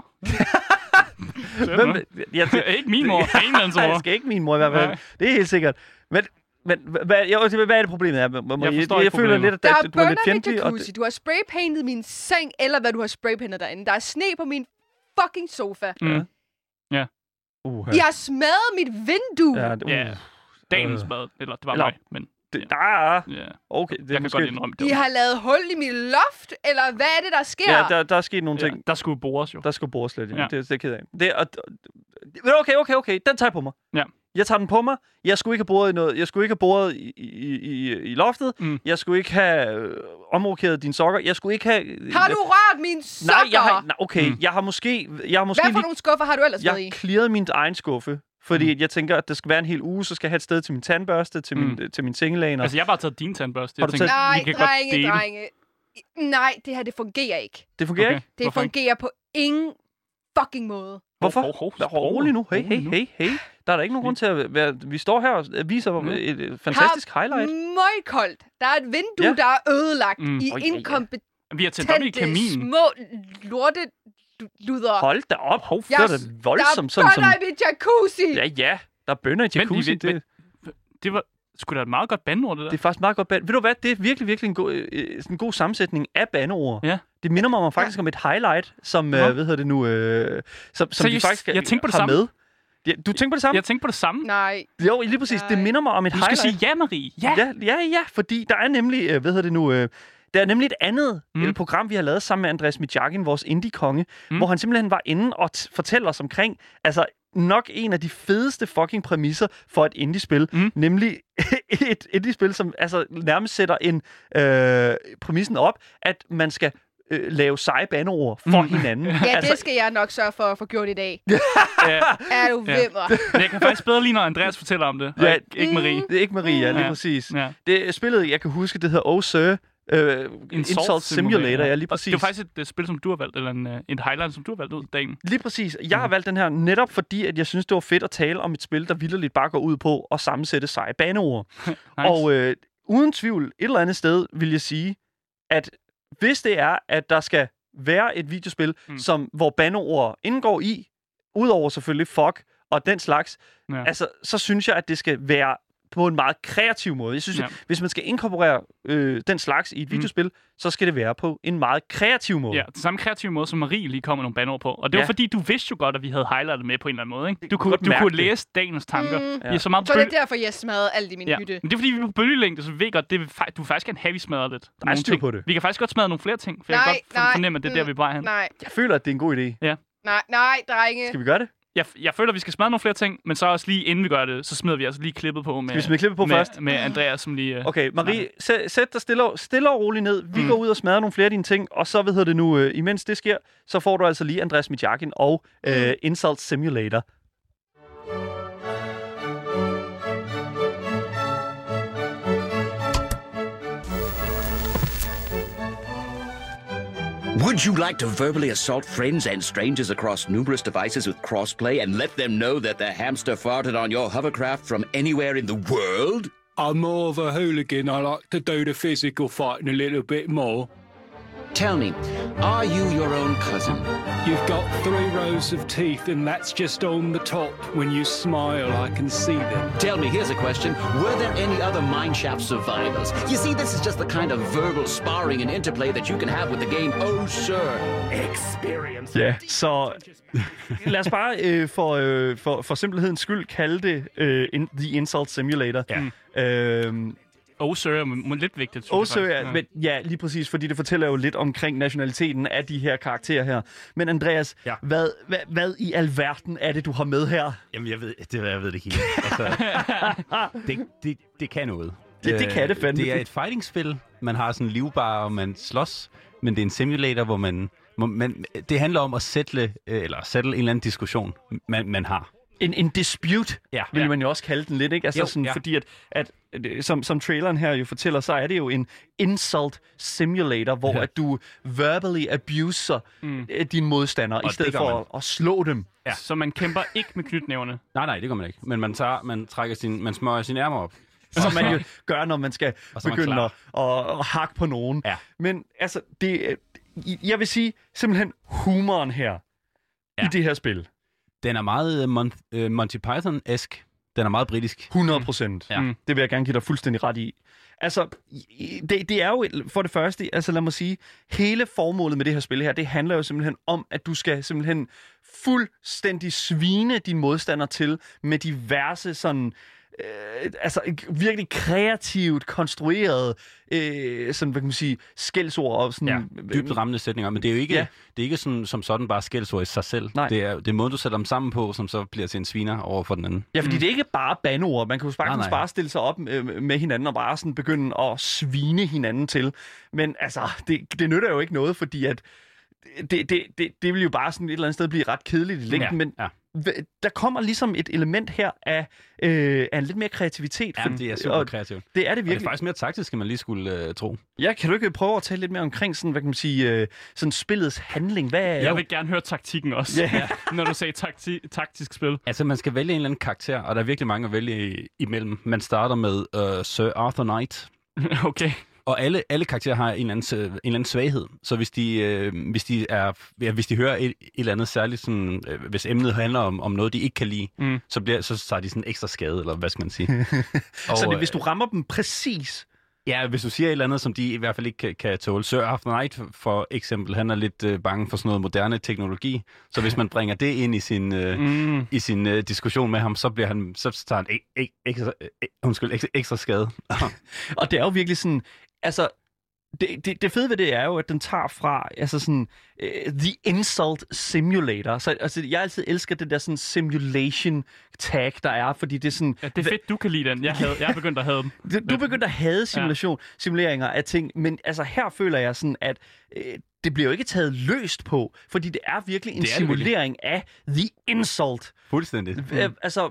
Ikke min mor. En eller andens mor. Det skal ikke min mor i hvert fald. Det er helt sikkert. Men hvad er det problemet her? Jeg føler lidt, at du er lidt fjendtlig. Du har spraypaintet min seng, eller hvad du har spraypaintet derinde. Der er sne på min fucking sofa. Ja. I har smadret mit vindue. Ja. Dagen smadret. Eller det var mig, men... Okay, det jeg kan godt indrømme det. I har lavet hul i mit loft, eller hvad er det, der sker? Ja, der er sket nogle ting. Der skulle bores jo. Der skulle bores lidt, ja. Det er ked af. Okay, den tager jeg på mig. Ja. Jeg tager den på mig. Jeg skulle ikke have boret i noget. Jeg skulle ikke have boret i loftet. Jeg skulle ikke have omrokeret dine sokker. Jeg skulle ikke have... Har du rørt mine sokker? Okay. Jeg har måske hvad for nogle skuffer har du ellers været i? Jeg clearede min egen skuffe. Fordi jeg tænker, at det skal være en hel uge, så skal jeg have et sted til min tandbørste, til min sengelaner. Altså, jeg har bare taget din tandbørste. Har du taget... Nej, drenge. Nej, det her, det fungerer ikke. Det fungerer ikke? Det fungerer på ingen fucking måde. Hvorfor? Rolig nu. Hey. Der er da ikke nogen grund til at være... Vi står her og viser et fantastisk highlight. Møgkoldt. Der er et vindue, der er ødelagt i inkompetente vi har tændt op i kamin. Små lorte luder. Hold da op. Det er da voldsomt. Der er bønner i mit jacuzzi. Ja. Der er bønner i jacuzzi. Det var sgu da et meget godt bandeord, det der. Det er faktisk meget godt bandeord. Ved du hvad? Det er virkelig en god sammensætning af bandeord. Ja. Det minder mig faktisk om et highlight, som, som vi faktisk jeg tænkte på det har samme. Med. Ja, du tænker på det samme? Jeg tænker på det samme. Nej. Jo, lige præcis. Det minder mig om et highlight. Du skal sige ja, Marie. Ja, fordi der er nemlig, der er nemlig et andet program, vi har lavet sammen med Andreas Midjakin, vores indie-konge, hvor han simpelthen var inde og fortæller os omkring, altså nok en af de fedeste fucking præmisser for et indie-spil, nemlig et indie-spil, som altså nærmest sætter en præmissen op, at man skal lave seje bandeord for hinanden. Ja, altså, det skal jeg nok sørge for at få gjort i dag. Er du vimmer? Jeg kan faktisk bedre lige, når Andreas fortæller om det. Ikke Marie. Det er ikke Marie, lige præcis. Ja. Det spillet, jeg kan huske, det hedder Oh Sir, Insult Simulator, ja, lige præcis. Det er faktisk et spil, som du har valgt, eller et highlight, som du har valgt ud, dagen. Lige præcis. Jeg har valgt den her netop fordi, at jeg synes, det var fedt at tale om et spil, der vitterligt bare går ud på at sammensætte seje baneord. Nice. Og uden tvivl, et eller andet sted vil jeg sige, at hvis det er, at der skal være et videospil, hvor baneord indgår i, udover selvfølgelig fuck og den slags, altså, så synes jeg, at det skal være på en meget kreativ måde. Jeg synes, at hvis man skal inkorporere den slags i et videospil, så skal det være på en meget kreativ måde. Ja, den samme kreative måde, som Marie lige kom med nogle banord på. Og det var fordi, du vidste jo godt, at vi havde highlightet med på en eller anden måde. Ikke? Du kunne læse dagens tanker. Ja. Så det er derfor, jeg smadrede alt i min hytte. Men det er fordi, vi er på bølgelængde, så vi ved godt, du faktisk kan have, vi smadret lidt. Der er styr på det. Vi kan faktisk godt smadre nogle flere ting, for jeg kan godt fornemme, at det er der, vi er bare hen. Nej. Jeg føler, at det er en god idé. Ja. Nej, drenge. Skal vi gøre det? Jeg føler, at vi skal smadre nogle flere ting, men så også lige inden vi gør det, så smider vi altså lige klippet på med... Skal vi smide klippet på først? Med Andreas, som lige... Okay, Marie, sæt dig stille og roligt ned. Vi går ud og smadrer nogle flere af dine ting, og så, imens det sker, så får du altså lige Andreas Midjakin og Insult Simulator. Would you like to verbally assault friends and strangers across numerous devices with crossplay and let them know that the hamster farted on your hovercraft from anywhere in the world? I'm more of a hooligan. I like to do the physical fighting a little bit more. Tell me, are you your own cousin? You've got 3 rows of teeth and that's just on the top. When you smile, I can see them. Tell me, here's a question. Were there any other mineshaft survivors? You see, this is just the kind of verbal sparring and interplay that you can have with the game. Oh, sir. Experience. Ja, så lad os bare for simpelhedens skyld kalde det The Insult Simulator. Ja. Sir er lidt vigtigt. Sir, men ja, lige præcis, fordi det fortæller jo lidt omkring nationaliteten af de her karakterer her. Men Andreas, hvad i alverden er det, du har med her? Jamen, jeg ved det ikke helt. Altså, det kan noget. Det kan det fandme. Det er et fighting-spil. Man har sådan en livbar, og man slås. Men det er en simulator, hvor man det handler om at settle en eller anden diskussion, man har. En dispute, vil man jo også kalde den lidt, ikke? Altså fordi at som traileren her jo fortæller, så er det jo en insult simulator, hvor at du verbally abuser dine modstandere, i stedet for at slå dem. Ja. Så man kæmper ikke med knytnæverne? Nej, det gør man ikke. Men man smøger sine ærmer op. Som man jo gør, når man skal begynde at hakke på nogen. Ja. Men altså, jeg vil sige simpelthen humoren her i det her spil. Den er meget Monty Python-esk. Den er meget britisk. 100%. Ja. Det vil jeg gerne give dig fuldstændig ret i. Altså, det er jo for det første, altså lad mig sige, hele formålet med det her spil her, det handler jo simpelthen om, at du skal simpelthen fuldstændig svine dine modstandere til med diverse sådan virkelig kreativt konstrueret sådan, hvad kan man sige, skældsord og sådan dybt rammende sætninger, men det er jo ikke det er ikke sådan som sådan bare skældsord i sig selv. Nej. Det er måden du sætter dem sammen på, som så bliver til en sviner over for den anden. Ja, fordi det er ikke bare bandeord. Man kan jo bare stille sig op med hinanden og bare sådan begynde at svine hinanden til. Men altså, det nytter jo ikke noget, fordi at det vil jo bare sådan et eller andet sted blive ret kedeligt i længden, men der kommer ligesom et element her af en lidt mere kreativitet. Jamen, det er super kreativt. Det er det virkelig. Og det er faktisk mere taktisk, end man lige skulle tro. Ja, kan du ikke prøve at tale lidt mere omkring sådan, hvad kan man sige, sådan spillets handling? Jeg vil gerne høre taktikken også, når du sagde taktisk spil. Altså, man skal vælge en eller anden karakter, og der er virkelig mange at vælge imellem. Man starter med Sir Arthur Knight. Okay. Og alle karakterer har en eller anden svaghed. Så hvis de hører et eller andet særligt, sådan, hvis emnet handler om noget, de ikke kan lide, så tager de sådan ekstra skade, eller hvad skal man sige. Så hvis du rammer dem præcis? Ja, hvis du siger et eller andet, som de i hvert fald ikke kan tåle. Sir Arthur Knight, for eksempel, han er lidt bange for sådan noget moderne teknologi. Så hvis man bringer det ind i sin diskussion med ham, så tager han ekstra skade. Og det er jo virkelig sådan, altså, det fede ved det er jo, at den tager fra, altså sådan, The Insult Simulator. Så altså, jeg altid elsker det der sådan simulation tag, der er, fordi det er sådan... Ja, det er fedt, du kan lide den. Jeg er begyndt at have den. Du er begyndt at have simuleringer af ting, men altså her føler jeg sådan, at det bliver jo ikke taget løst på, fordi det er virkelig en simulering af The Insult. Fuldstændig. Altså,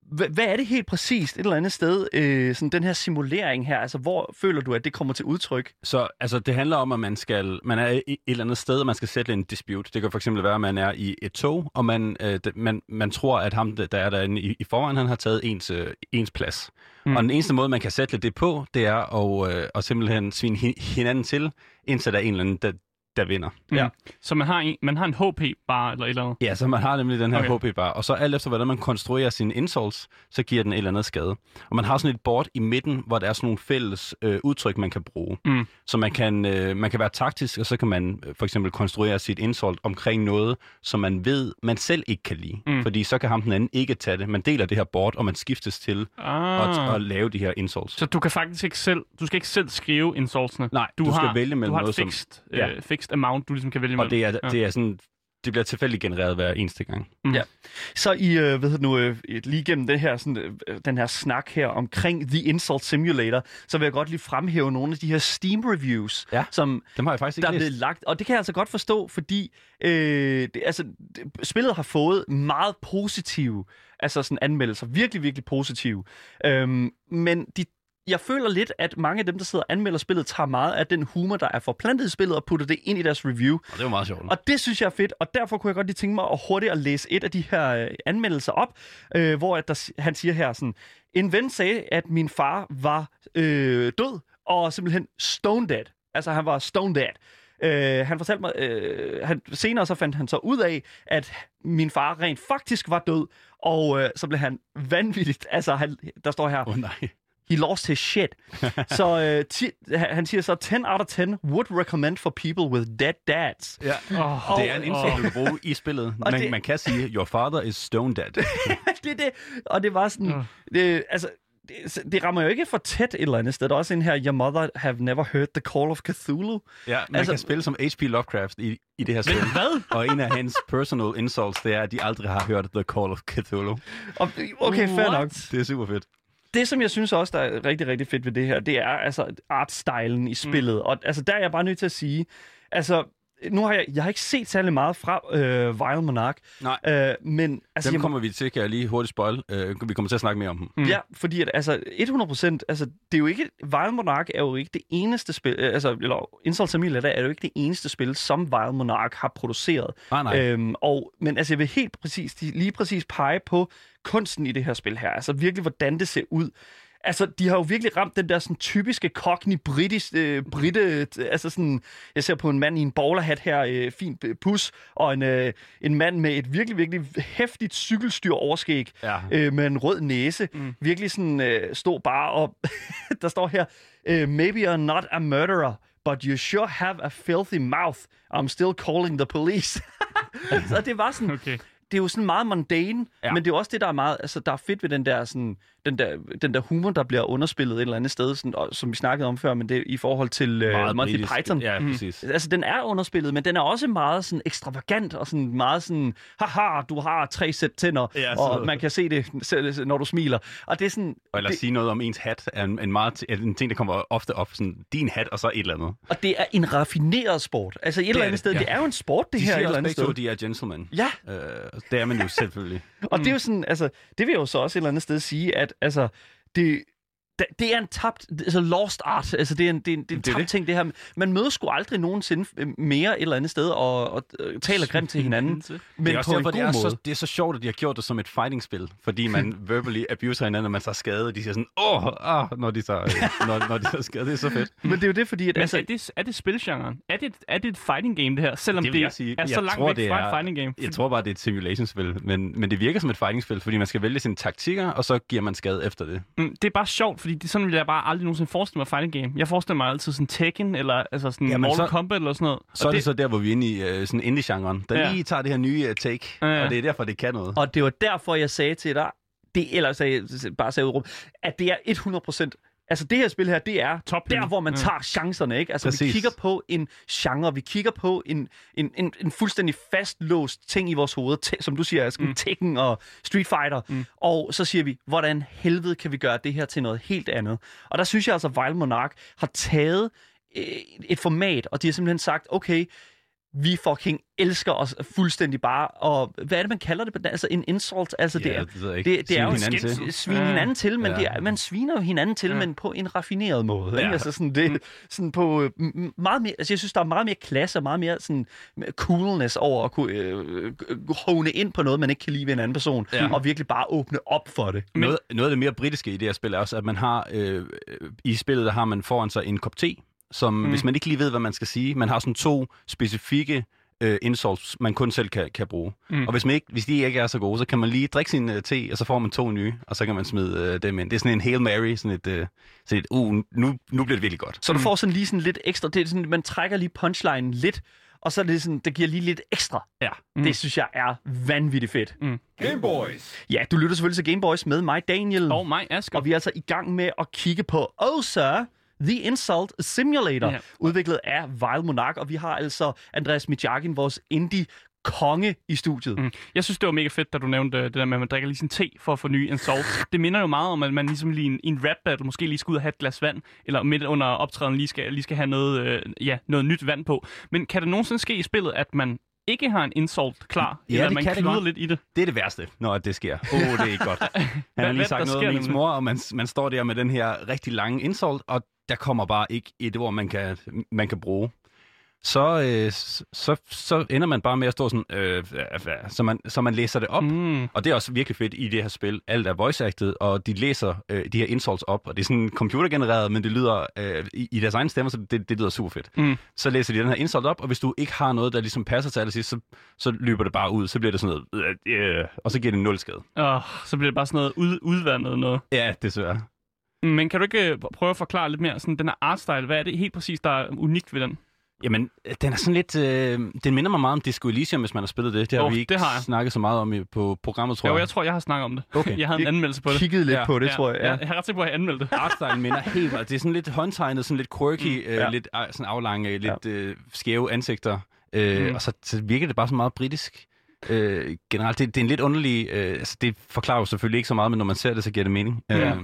hvad er det helt præcist et eller andet sted, sådan den her simulering her? Altså, hvor føler du, at det kommer til udtryk? Så altså, det handler om, at man er i et eller andet sted, og man skal sætte en dispute. Det kan for eksempel være, at man er i et tog, og man tror, at ham, der er derinde i forvejen, han har taget ens plads. Og den eneste måde, man kan sætte det på, det er at simpelthen svine hinanden til, indtil der er en eller anden, der vinder. Ja. Så man har en HP-bar eller et eller andet? Ja, så man har nemlig den her HP-bar. Og så alt efter, hvordan man konstruerer sine insults, så giver den et eller andet skade. Og man har sådan et board i midten, hvor der er sådan nogle fælles udtryk, man kan bruge. Så man kan være taktisk, og så kan man for eksempel konstruere sit insult omkring noget, som man ved, man selv ikke kan lide. Fordi så kan ham den anden ikke tage det. Man deler det her board, og man skiftes til at lave de her insults. Så du kan faktisk ikke selv skrive insultsene? Nej, du skal vælge mellem noget, fixed amount, du ligesom kan vælge mellem. Og det er sådan, det bliver tilfældigt genereret hver eneste gang. Ja. Så lige gennem den her snak her omkring The Insult Simulator, så vil jeg godt lige fremhæve nogle af de her Steam reviews, som dem har jeg faktisk ikke der er blevet lagt. Og det kan jeg altså godt forstå, fordi spillet har fået meget positive anmeldelser. Virkelig, virkelig positive. Men jeg føler lidt, at mange af dem, der sidder og anmelder spillet, tager meget af den humor, der er forplantet i spillet, og putter det ind i deres review. Og det er jo meget sjovt. Og det synes jeg er fedt, og derfor kunne jeg godt lige tænke mig at hurtigt at læse et af de her anmeldelser op, hvor han siger her sådan: en ven sagde, at min far var død, og simpelthen stone dead. Altså, han var stone dead. Han fortalte mig, senere så fandt han så ud af, at min far rent faktisk var død, og så blev han vanvittigt, altså der står her, nej. He lost his shit. Så han siger så, 10 out of 10 would recommend for people with dead dads. Ja. Det er en insult, du kan bruge i spillet. Man kan sige, your father is stone dead. det er det. Og det var sådan, det rammer jo ikke for tæt et eller andet sted. Der er også en her, your mother have never heard the call of Cthulhu. Ja, man kan spille som H.P. Lovecraft i det her spil. Hvad? Og en af hans personal insults, det er, at de aldrig har hørt the call of Cthulhu. Okay, fair nok. Det er super fedt. Det, som jeg synes også, der er rigtig, rigtig fedt ved det her, det er altså artstylen i spillet. Og altså, der er jeg bare nødt til at sige, altså, nu har jeg har ikke set særlig meget fra Vile Monarch. Nej, men altså, dem kommer vi til, kan jeg lige hurtigt spoil. Vi kommer til at snakke mere om dem. Ja, fordi at, altså 100%, altså det er jo ikke, Vile Monarch er jo ikke det eneste spil, eller Insult Simulator er jo ikke det eneste spil, som Vile Monarch har produceret. Nej. Men altså jeg vil lige præcis pege på kunsten i det her spil her. Altså virkelig, hvordan det ser ud. Altså, de har jo virkelig ramt den der sådan typiske cockney britte, altså sådan, jeg ser på en mand i en bowlerhat her, fint pus, og en mand med et virkelig, virkelig hæftigt cykelstyr overskæg, med en rød næse, virkelig sådan stå bare, og der står her, maybe you're not a murderer, but you sure have a filthy mouth. I'm still calling the police. Så det var sådan... Okay. Det er jo sådan meget mundane, men det er også det, der er meget, altså der er fedt ved den der sådan, den der humor, der bliver underspillet et eller andet sted, sådan, og, som vi snakkede om før, men det i forhold til Monty Python. Ja, præcis. Altså den er underspillet, men den er også meget sådan ekstravagant og sådan meget sådan, haha, du har 3 sæt tænder, og man kan se det, når du smiler. Og det er sådan... Eller sige noget om ens hat er en ting, der kommer ofte op, sådan din hat og så et eller andet. Og det er en raffineret sport. Altså et eller andet sted, det er jo en sport, det her et eller andet sted. De er gentlemen. Ja. Det er man jo selvfølgelig. Og det er jo sådan, altså, det vil jo så også et eller andet sted sige, at altså, det er en tabt, altså lost art, altså det er en tabt ting, det her. Man møder sgu aldrig nogensinde mere et eller andet sted og taler grimt til hinanden, men det er også på derfor, en god måde. Det er så sjovt, at de har gjort det som et fighting-spil, fordi man verbally abuser hinanden, og man tager skade, og de siger sådan, når de tager skade. Det er så fedt. Men det er jo det, fordi... At, altså, er det spilgenren? Er det et fighting game, det her? Selvom det er så langt væk fra et fighting game? Jeg tror bare, det er et simulation-spil, men det virker som et fighting-spil, fordi man skal vælge sine taktikker, og så giver man skade efter det. Det er bare sjovt, fordi sådan vil jeg bare aldrig nogensinde forestille mig fighting game. Jeg forestiller mig altid sådan Tekken, eller altså sådan Mortal Kombat, eller sådan noget. Så er det så der, hvor vi er inde i sådan indie-genren, der lige tager det her nye take, og det er derfor, det kan noget. Og det var derfor, jeg sagde til dig, at det er 100%. Altså det her spil her, det er der, hvor man tager chancerne, ikke? Altså præcis. Vi kigger på en genre, vi kigger på en fuldstændig fastlåst ting i vores hoved, som du siger, altså Tekken og Street Fighter, og så siger vi, hvordan helvede kan vi gøre det her til noget helt andet? Og der synes jeg altså, Vile Monarch har taget et format, og de har simpelthen sagt, okay, vi fucking elsker os fuldstændig bare, og hvad er det, man kalder det? Altså en insult, altså det er jo svine hinanden til, men man sviner jo hinanden til, men på en raffineret måde. Ikke? Altså sådan, det sådan på meget mere, altså jeg synes, der er meget mere klasse og meget mere sådan coolness over at kunne hone ind på noget, man ikke kan lide ved en anden person, og virkelig bare åbne op for det. Noget af det mere britiske i det her spil er også, at man har i spillet, der har man foran sig en kop te, som hvis man ikke lige ved, hvad man skal sige, man har sådan 2 specifikke insults, man kun selv kan bruge. Og hvis de ikke er så gode, så kan man lige drikke sin te, og så får man 2 nye, og så kan man smide dem ind. Det er sådan en Hail Mary, sådan et nu bliver det virkelig godt. Så du får sådan lige sådan lidt ekstra, det er sådan, man trækker lige punchline lidt, og så er det sådan, det giver lige lidt ekstra. Ja. Det synes jeg er vanvittigt fedt. Game Boys! Ja, du lytter selvfølgelig til Game Boys med mig, Daniel. Og mig, Asger. Og vi er altså i gang med at kigge på Sir, The Insult Simulator, udviklet af Vile Monarch, og vi har altså Andreas Mijakin, vores indie-konge i studiet. Jeg synes, det var mega fedt, da du nævnte det der med, at man drikker lige sin te for at få nye insults. Det minder jo meget om, at man ligesom lige i en rap battle måske lige skal ud og have et glas vand, eller midt under optræden lige skal have noget nyt vand på. Men kan det nogensinde ske i spillet, at man ikke har en insult klar, eller at man kluder lidt i det? Det er det værste, når det sker. Det er ikke godt. Han har lige sagt noget om ens mor, og man står der med den her rigtig lange insult, og der kommer bare ikke et ord, man kan bruge. Så ender man bare med at stå sådan, så man læser det op. Og det er også virkelig fedt i det her spil. Alt er voice-acted, og de læser de her insults op, og det er sådan computergenereret, men det lyder i deres egen stemmer, så det lyder super fedt. Så læser de den her insult op, og hvis du ikke har noget, der ligesom passer til allersidst, så løber det bare ud. Så bliver det sådan noget, og så giver det 0 skade. Så bliver det bare sådan noget udvandet noget. Ja, desværre. Men kan du ikke prøve at forklare lidt mere sådan den her artstyle? Hvad er det helt præcis, der er unikt ved den? Jamen, den er sådan lidt... den minder mig meget om Disco Elysium, hvis man har spillet det. Det har vi ikke snakket så meget om på programmet, tror jeg. Jo, jeg tror, jeg har snakket om det. Okay. Jeg havde en anmeldelse på det. Kigget lidt på det, tror jeg. Ja. Jeg har ret sikker på, at jeg anmeldte det. Artstyle minder helt meget. Det er sådan lidt håndtegnet, sådan lidt quirky, lidt sådan aflange, lidt skæve ansigter. Og så virker det bare så meget britisk. Generelt, det er en lidt underlig... altså det forklarer jo selvfølgelig ikke så meget, men når man ser det, så giver det mening.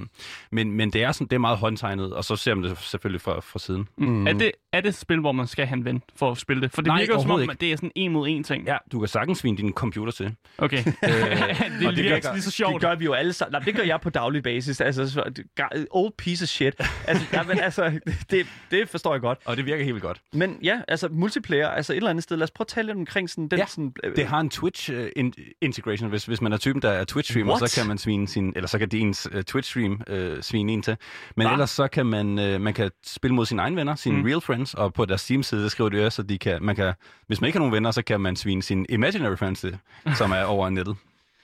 Men det er sådan, det er meget håndtegnet, og så ser man det selvfølgelig fra siden. Er det et spil, hvor man skal have en ven for at spille det? For det virker jo som om, at det er sådan en mod en ting. Ja, du kan sagtens svine din computer til. Okay. det virker ikke lige så sjovt. Det gør vi jo alle sammen. Det gør jeg på daglig basis. Altså, old piece of shit. Altså, det forstår jeg godt. Og det virker helt godt. Men ja, altså multiplayer, altså et eller andet sted. Lad os prøve at tale lidt omkring sådan den... sådan, det har en Twitch-integration. Hvis man er typen, der er Twitch-streamer, så kan man svine sin... Eller så kan ens Twitch-stream svine en til. Men ellers så kan man kan spille mod sine egne venner, sine real friends, og på deres Steam-side, der skriver de også, at hvis man ikke har nogen venner, så kan man svine sine imaginary friends til, som er over nettet.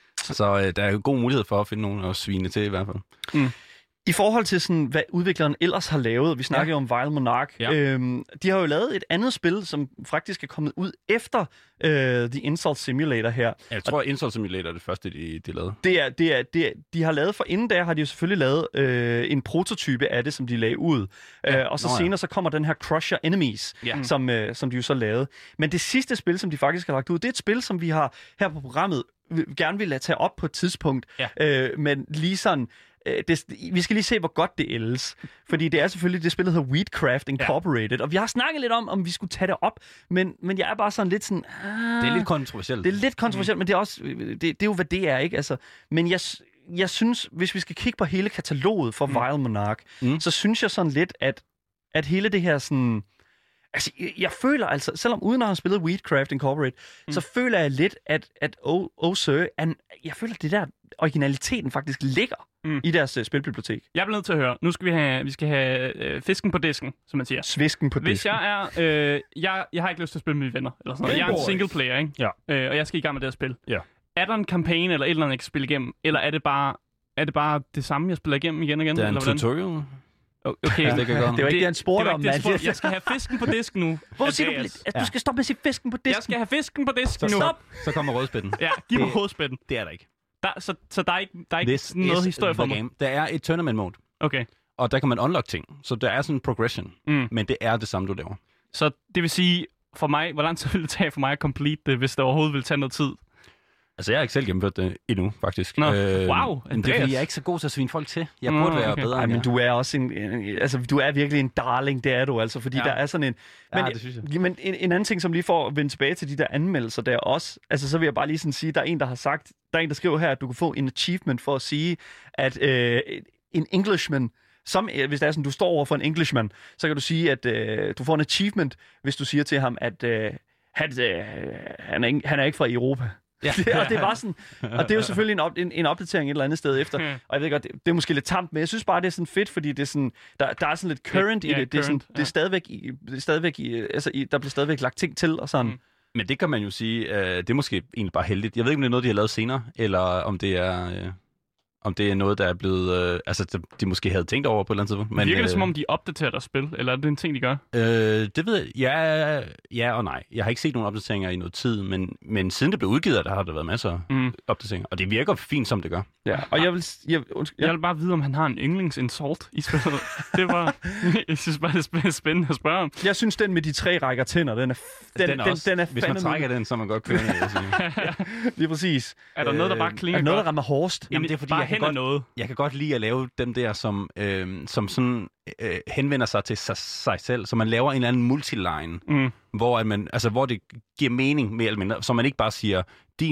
Så der er jo god mulighed for at finde nogen at svine til i hvert fald. I forhold til sådan, hvad udvikleren ellers har lavet, vi snakker jo om Vile Monarch, de har jo lavet et andet spil, som faktisk er kommet ud efter The Insult Simulator her. Jeg tror, Insult Simulator er det første, de lavede. De har lavet, for inden der har de jo selvfølgelig lavet en prototype af det, som de lagde ud. Og så senere så kommer den her Crusher Enemies, som de jo så lavede. Men det sidste spil, som de faktisk har lagt ud, det er et spil, som vi har her på programmet gerne vil lade tage op på et tidspunkt. Men lige sådan... vi skal lige se, hvor godt det ældes. Fordi det er selvfølgelig det spil, der hedder Wheatcraft Incorporated. Og vi har snakket lidt om vi skulle tage det op. Men jeg er bare sådan lidt sådan... det er lidt kontroversielt. Det er lidt kontroversielt, men det er også... Det er jo, hvad det er, ikke? Altså, men jeg synes, hvis vi skal kigge på hele kataloget for Vile Monarch, så synes jeg sådan lidt, at hele det her sådan... Altså, jeg føler altså, selvom uden at have spillet Wheatcraft Incorporated, så føler jeg lidt, at Sir, jeg føler, at det der originaliteten faktisk ligger i deres spilbibliotek. Jeg bliver nødt til at høre. Nu skal vi skal have fisken på disken, som man siger. Svisken på disken. Hvis jeg er... jeg har ikke lyst til at spille med mine venner, eller sådan noget. Jeg er en single player, ikke? Ja. Og jeg skal i gang med det her spil. Ja. Er der en kampagne eller et eller andet, jeg kan spille igennem? Eller er det bare det samme, jeg spiller igennem igen og igen? Det er en eller tutorial. Okay. Det var ikke det, han spurgte om, mand. Jeg skal have fisken på disken nu. Hvor siger du, at du skal stoppe med at sige fisken på disken? Jeg skal have fisken på disken nu. Stop! Så kommer rødspætten. Ja, giv mig rødspætten. Det er der ikke. Så der er ikke noget historie for mig? Game. Der er et tournament mode. Okay. Og der kan man unlock ting. Så der er sådan en progression. Men det er det samme, du laver. Så det vil sige, for mig, hvor lang tid vil det tage for mig at complete det, hvis det overhovedet vil tage noget tid? Altså, jeg har ikke selv gennemført det endnu, faktisk. Wow, det er Andreas. fordi, jeg er ikke så god til at svine folk til. Jeg burde være bedre. Ej, men du er også du er virkelig en darling, det er du altså, fordi der er sådan en... Men, det synes jeg. Men en anden ting, som lige får at vende tilbage til de der anmeldelser der også, altså så vil jeg bare lige sådan sige, der er en, der skriver her, at du kan få en achievement for at sige, at en Englishman, hvis det er sådan, du står over for en Englishman, så kan du sige, at du får en achievement, hvis du siger til ham, at han er ikke fra Europa. Ja. Og det er bare sådan, og det er jo selvfølgelig en opdatering et eller andet sted efter. Og jeg ved godt, det er måske lidt tamt, men jeg synes bare, det er sådan fedt, fordi det er sådan, der er sådan lidt current i det. Det er sådan, det er stadigvæk der bliver stadigvæk lagt ting til og sådan. Men det kan man jo sige, det er måske egentlig bare heldigt. Jeg ved ikke, om det er noget, de har lavet senere, eller om det er noget, der er blevet... de måske havde tænkt over på et eller andet tidspunkt. Men virker det, som om de opdaterer deres spil, eller er det en ting, de gør? Det ved jeg. Ja og nej. Jeg har ikke set nogen opdateringer i noget tid, men siden det blev udgivet, der har der været masser af opdateringer. Og det virker fint, som det gør. Ja, og jeg vil bare vide, om han har en yndlingsinsult i spillet. Jeg synes bare, det er spændende at spørge om. Jeg synes, den med de 3 rækker tænder, den er hvis man trækker den, så er man godt kørende, vil jeg sige. Lige præcis. Er der noget, der bare klinger godt? Er noget, der rammer hårdest? Jamen, det er fordi, jeg kan godt lide at lave dem der, som sådan henvender sig til sig selv, så man laver en eller anden multiline, hvor det giver mening mere eller mindre, så man ikke bare siger,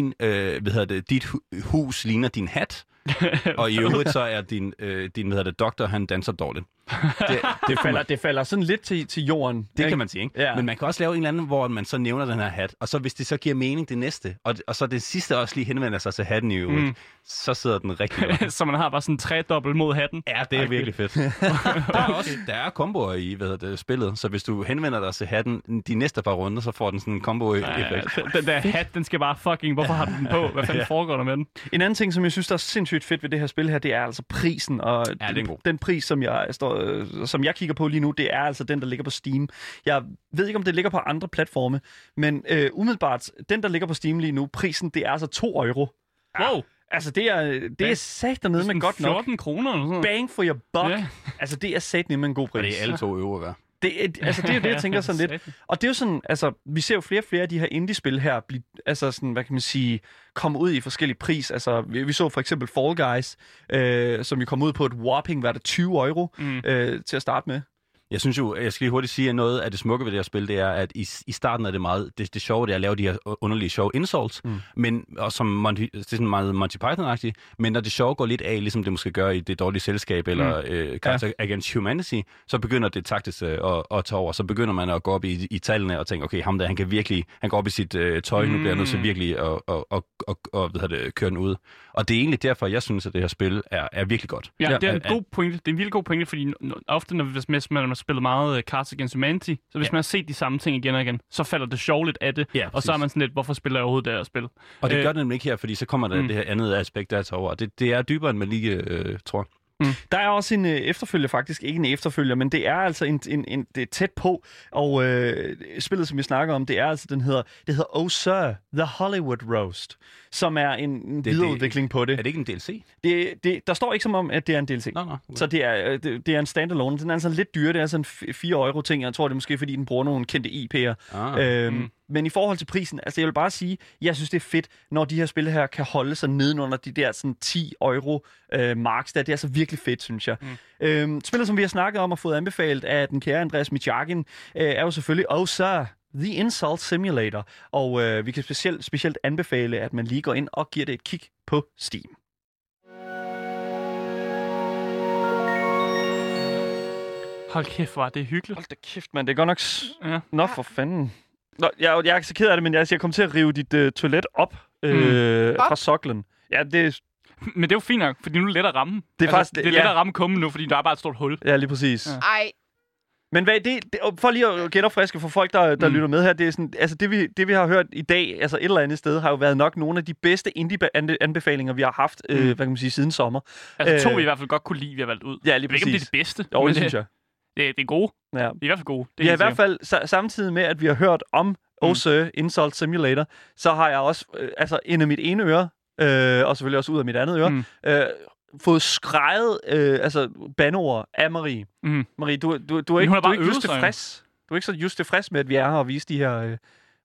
dit hus ligner din hat, og i øvrigt så er din doktor, han danser dårligt. Det falder sådan lidt til jorden. Det kan man sige, ikke? Ja. Men man kan også lave en eller anden, hvor man så nævner den her hat, og så hvis det så giver mening det næste, og så det sidste også lige henvender sig til hatten i øvrigt, så sidder den rigtig godt. Så man har bare sådan 3-dobbelt mod hatten? Ja, det er virkelig fedt. Der er komboer i spillet, så hvis du henvender dig til hatten de næste par runder, så får den sådan en kombo-effekt. Den der hat, den skal bare fucking... Hvorfor har du den på? Hvad fanden foregår der med den? En anden ting, som jeg synes, der er sindssygt fedt ved det her spil her, det er altså prisen, og den pris, som jeg kigger på lige nu, det er altså den, der ligger på Steam. Jeg ved ikke, om det ligger på andre platforme, men umiddelbart, den, der ligger på Steam lige nu, prisen, det er altså 2 euro. Wow! Altså, det er sat dernede med godt nok. 14 kroner eller sådan. Bang for your buck. Ja. Altså, det er sat ned med en god pris. Og det er alle 2 euro, hvad? Det er jo det, jeg tænker sådan lidt. Og det er jo sådan, altså, vi ser jo flere og flere af de her indie-spil her, sådan, hvad kan man sige, komme ud i forskellige pris. Altså, vi så for eksempel Fall Guys, som vi kom ud på et whopping, hvad er det, 20 euro til at starte med. Jeg synes jo, jeg skal lige hurtigt sige, at noget af det smukke ved det her spil, det er, at i starten er det meget, det sjove, det er at lave de her underlige sjove insults, men, og som det er sådan meget Monty Python-agtigt, men når det sjove går lidt af, ligesom det måske gør i Det Dårlige Selskab, eller Cards Against Humanity, så begynder det taktisk at tage over, så begynder man at gå op i tallene og tænke, okay, ham der, han går op i sit tøj, nu bliver jeg nødt til virkelig at køre den ud. Og det er egentlig derfor, jeg synes, at det her spil er virkelig godt. Ja, det er en god pointe. Det er en virkelig god pointe, fordi ofte, når man har spillet meget Cards Against Humanity, så hvis man har set de samme ting igen og igen, så falder det sjovligt af det, og så er man sådan lidt, hvorfor spiller jeg overhovedet det her spil? Og det gør det nemlig ikke her, fordi så kommer der det her andet aspekt, der tager over. Det er dybere, end man lige tror. Der er også en efterfølger faktisk, ikke en efterfølger, men det er altså det er tæt på, og spillet, som vi snakker om, det er altså det hedder Oh Sir, The Hollywood Roast, som er en videreudvikling på det. Er det ikke en DLC? Der står ikke som om, at det er en DLC. Okay. Så det er en standalone. Den er altså lidt dyre, det er altså en 4 euro ting. Jeg tror, det er måske, fordi den bruger nogle kendte IP'er. Men i forhold til prisen, altså jeg vil bare sige, jeg synes, det er fedt, når de her spil her kan holde sig nedenunder de der sådan 10 euro marks. Det er altså virkelig fedt, synes jeg. Spillet, som vi har snakket om og fået anbefalet af den kære Andreas Mijagin, er jo selvfølgelig Oh Sir, The Insult Simulator. Og vi kan specielt anbefale, at man lige går ind og giver det et kig på Steam. Hold kæft, hvor det er hyggeligt. Hold da kæft, mand. Det er godt nok... Nå, for fanden. Nå, jeg er så ked af det, men jeg kommer til at rive dit toilet op fra soklen. Ja, det... Men det er jo fint nok, fordi nu er det let at ramme. Det er faktisk... Det er let at ramme kummen nu, fordi der er bare et stort hul. Ja, lige præcis. Ja. Ej. Men for lige at genopfriske for folk, der lytter med her, det er sådan, altså det vi har hørt i dag, altså et eller andet sted, har jo været nok nogle af de bedste indie-anbefalinger, vi har haft, hvad kan man sige, siden sommer. Altså 2 vi i hvert fald godt kunne lide, vi har valgt ud. Ja, lige præcis. Jeg ved ikke, om det er det bedste. Jo, det synes jeg. Det er gode. Ja. Det er i hvert fald gode. Vi har i hvert fald, samtidig med, at vi har hørt om Oh Sir, Insult Simulator, så har jeg også, ind af mit ene øre, og selvfølgelig også ud af mit andet øre, fået skrejet bandeord af Marie. Marie, du er ikke just tilfreds. Du er ikke så just tilfreds med, at vi er her og viser de her...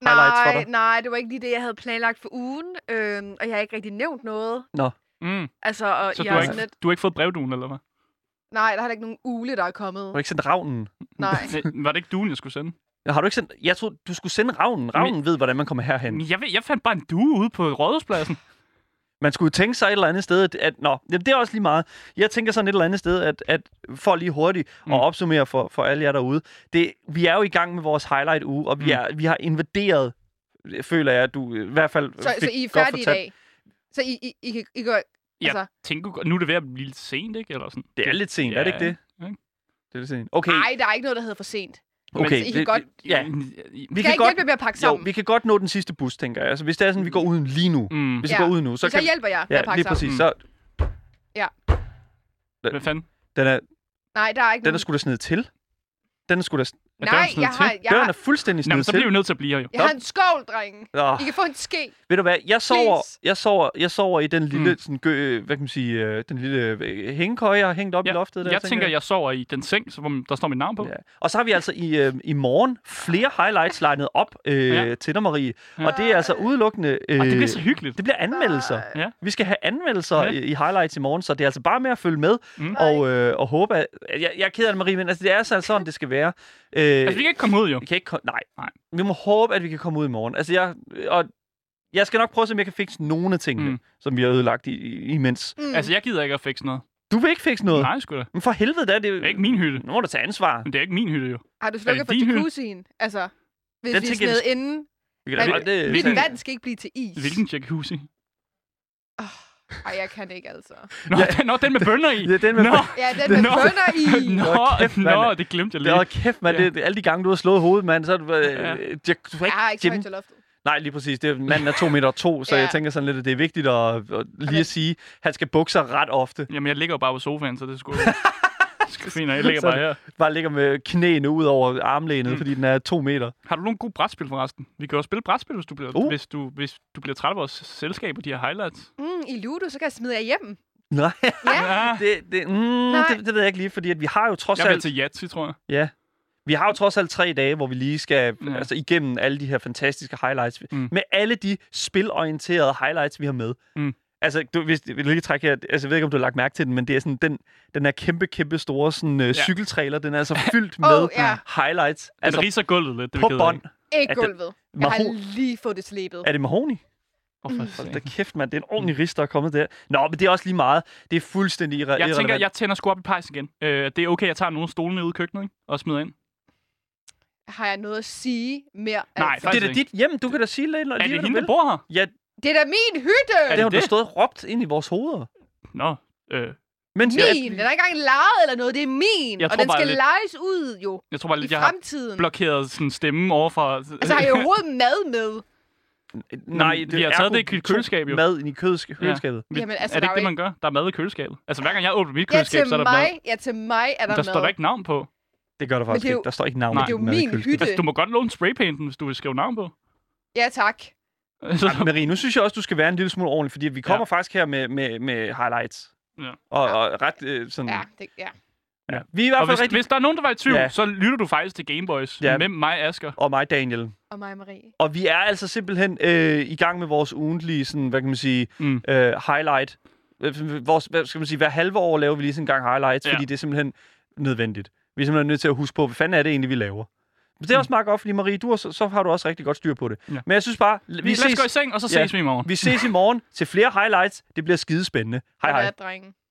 highlights for dig? Nej, det var ikke lige det, jeg havde planlagt for ugen. Og jeg har ikke rigtig nævnt noget. Nå. Altså, og så du har ikke fået brevduen, eller hvad? Nej, der er ikke nogen ule, der er kommet. Har du ikke sendt ravnen? Nej. Var det ikke duen, jeg skulle sende? Har du ikke sendt... Jeg troede, du skulle sende ravnen. Ravnen ved, hvordan man kommer herhen. Jeg fandt bare en due ude på Rådhuspladsen. Man skulle tænke sig et eller andet sted, det er også lige meget. Jeg tænker sådan et eller andet sted, at for lige hurtigt at opsummere for alle jer derude. Vi er jo i gang med vores highlight-uge, og vi har invaderet, føler jeg, at du i hvert fald så I er færdige i dag? Så I går... Jeg tænker, nu er det ved at blive lidt sent, ikke? Eller sådan. Det er lidt sent, er det ikke det? Det er lidt sent. Okay. Nej, der er ikke noget, der hedder for sent. Okay, I kan godt... Ja. Vi kan ikke hjælpe med at pakke sammen. Jo, vi kan godt nå den sidste bus, tænker jeg. Altså, hvis det er sådan, vi går ud lige nu. Hvis vi går ud nu, så hjælper jeg med at pakke sammen. Ja, lige præcis. Ja. Hvad fanden? Nej, der er ikke den er sgu da snedet til. Den er sgu da... Nej, Døren er fuldstændig snedet til. Så bliver vi nødt til at blive her, jo. Jeg har en skål, drenge. I kan få en ske. Ved du hvad, jeg sover i den lille, sådan, hvad kan man sige, den lille hængekøje, jeg har hængt op i loftet. Der, jeg tænker, jeg sover i den seng, hvor der står mit navn på. Ja. Og så har vi altså i morgen flere highlights legnet op til dig, Marie. Ja. Og det er altså udelukkende... og det bliver så hyggeligt. Det bliver anmeldelser. Ja. Vi skal have anmeldelser i highlights i morgen, så det er altså bare med at følge med og håbe, at... Jeg er ked af det, Marie, men altså, det er altså sådan, det skal være. Altså, vi kan ikke komme ud, jo. Vi kan ikke nej. Vi må håbe, at vi kan komme ud i morgen. Altså, jeg skal nok prøve, om jeg kan fikse nogle af tingene, som vi har ødelagt imens. Altså, jeg gider ikke at fikse noget. Du vil ikke fikse noget? Nej, sgu da. Men for helvede, det er ikke min hytte. Nu må du tage ansvar. Men det er ikke min hytte, jo. Har du slukket for jacuzzien? Altså, hvis vi er sned inden... Mit vand skal ikke blive til is. Hvilken jacuzzi? Ej, jeg kan ikke, altså. Nå, den med bønner i. Ja, den med bønner i. Nå, det glemte jeg lige. Det var kæft, mand. Det alle de gange, du har slået hovedet, mand, så er du... Jeg har ikke højt til loftet. Nej, lige præcis. Manden er 2,2 meter, så jeg tænker sådan lidt, at det er vigtigt at lige at sige, at han skal bukke sig ret ofte. Jamen, jeg ligger jo bare på sofaen, så det skulle fint, jeg ligger bare her. Bare ligger med knæene ud over armlænet, fordi den er 2 meter. Har du nogle gode brætspil forresten? Vi kan også spille brætspil, hvis du bliver træt af vores selskab og de her highlights. I Ludo, så kan jeg smide jer hjem. Nej, ja. det ved jeg ikke lige, fordi at vi har jo trods alt... Jeg vil til Yatzy, tror jeg. Ja. Vi har jo trods alt 3 dage, hvor vi lige skal igennem alle de her fantastiske highlights. Med alle de spilorienterede highlights, vi har med. Altså, jeg vil lige trække her, altså, jeg ved ikke, om du har lagt mærke til den, men det er sådan, den er kæmpe store sådan, cykeltrailer, den er altså fyldt med highlights. Altså, den riser gulvet lidt. På bånd. Ikke gulvet. Jeg har lige fået det slebet. Er det mahogni? Hold da kæft, mand. Det er en ordentlig ris, der er kommet der. Nå, men det er også lige meget. Det er fuldstændig irrelevant. Jeg tænker, jeg tænder sgu op i pejs igen. Det er okay, jeg tager nogle stole ude i køkkenet, ikke? Og smider ind. Har jeg noget at sige mere? Nej, altså? Det er da dit hjem. Du kan da sige lidt. Er det hende, der bor her? Ja. Det er da min hytte! Det har du stået og råbt ind i vores hoveder. Nå, min! Den er ikke engang lejet eller noget. Det er min! Og den skal lejes ud, jo. Jeg tror bare lidt, jeg har blokeret sådan stemme overfor... Altså, har jeg overhovedet mad med? Nej, vi har taget det i køleskabet, jo. Mad i køleskabet. Ja. Jamen, altså, er det ikke det, man gør? Der er mad i køleskabet. Altså, hver gang jeg åbner mit køleskab, så er der mad. Ja, til mig er der mad. Der står der ikke navn på. Det gør der faktisk ikke. Der står ikke navn. Men det er jo min hytte. Altså, du må godt låne spraypainten, hvis du vil skrive navn på. Ja, tak. Marie, nu synes jeg også, du skal være en lille smule ordentlig, fordi vi kommer faktisk her med highlights. Ja. Og ret sådan... Ja. Vi er i hvert fald hvis der er nogen, der var i tvivl, så lytter du faktisk til Gameboys. Med mig, Asger. Og mig, Daniel. Og mig, Marie. Og vi er altså simpelthen i gang med vores ugentlige, sådan, hvad kan man sige, highlight. Hvad skal man sige, hver halve år laver vi lige sådan en gang highlights, fordi det er simpelthen nødvendigt. Vi er simpelthen nødt til at huske på, hvad fanden er det egentlig, vi laver. Men det er også meget godt, fordi Marie, så har du også rigtig godt styr på det. Ja. Men jeg synes bare... Lad os gå i seng, og så ses vi i morgen. Vi ses i morgen til flere highlights. Det bliver skidespændende. Hej. Drenge.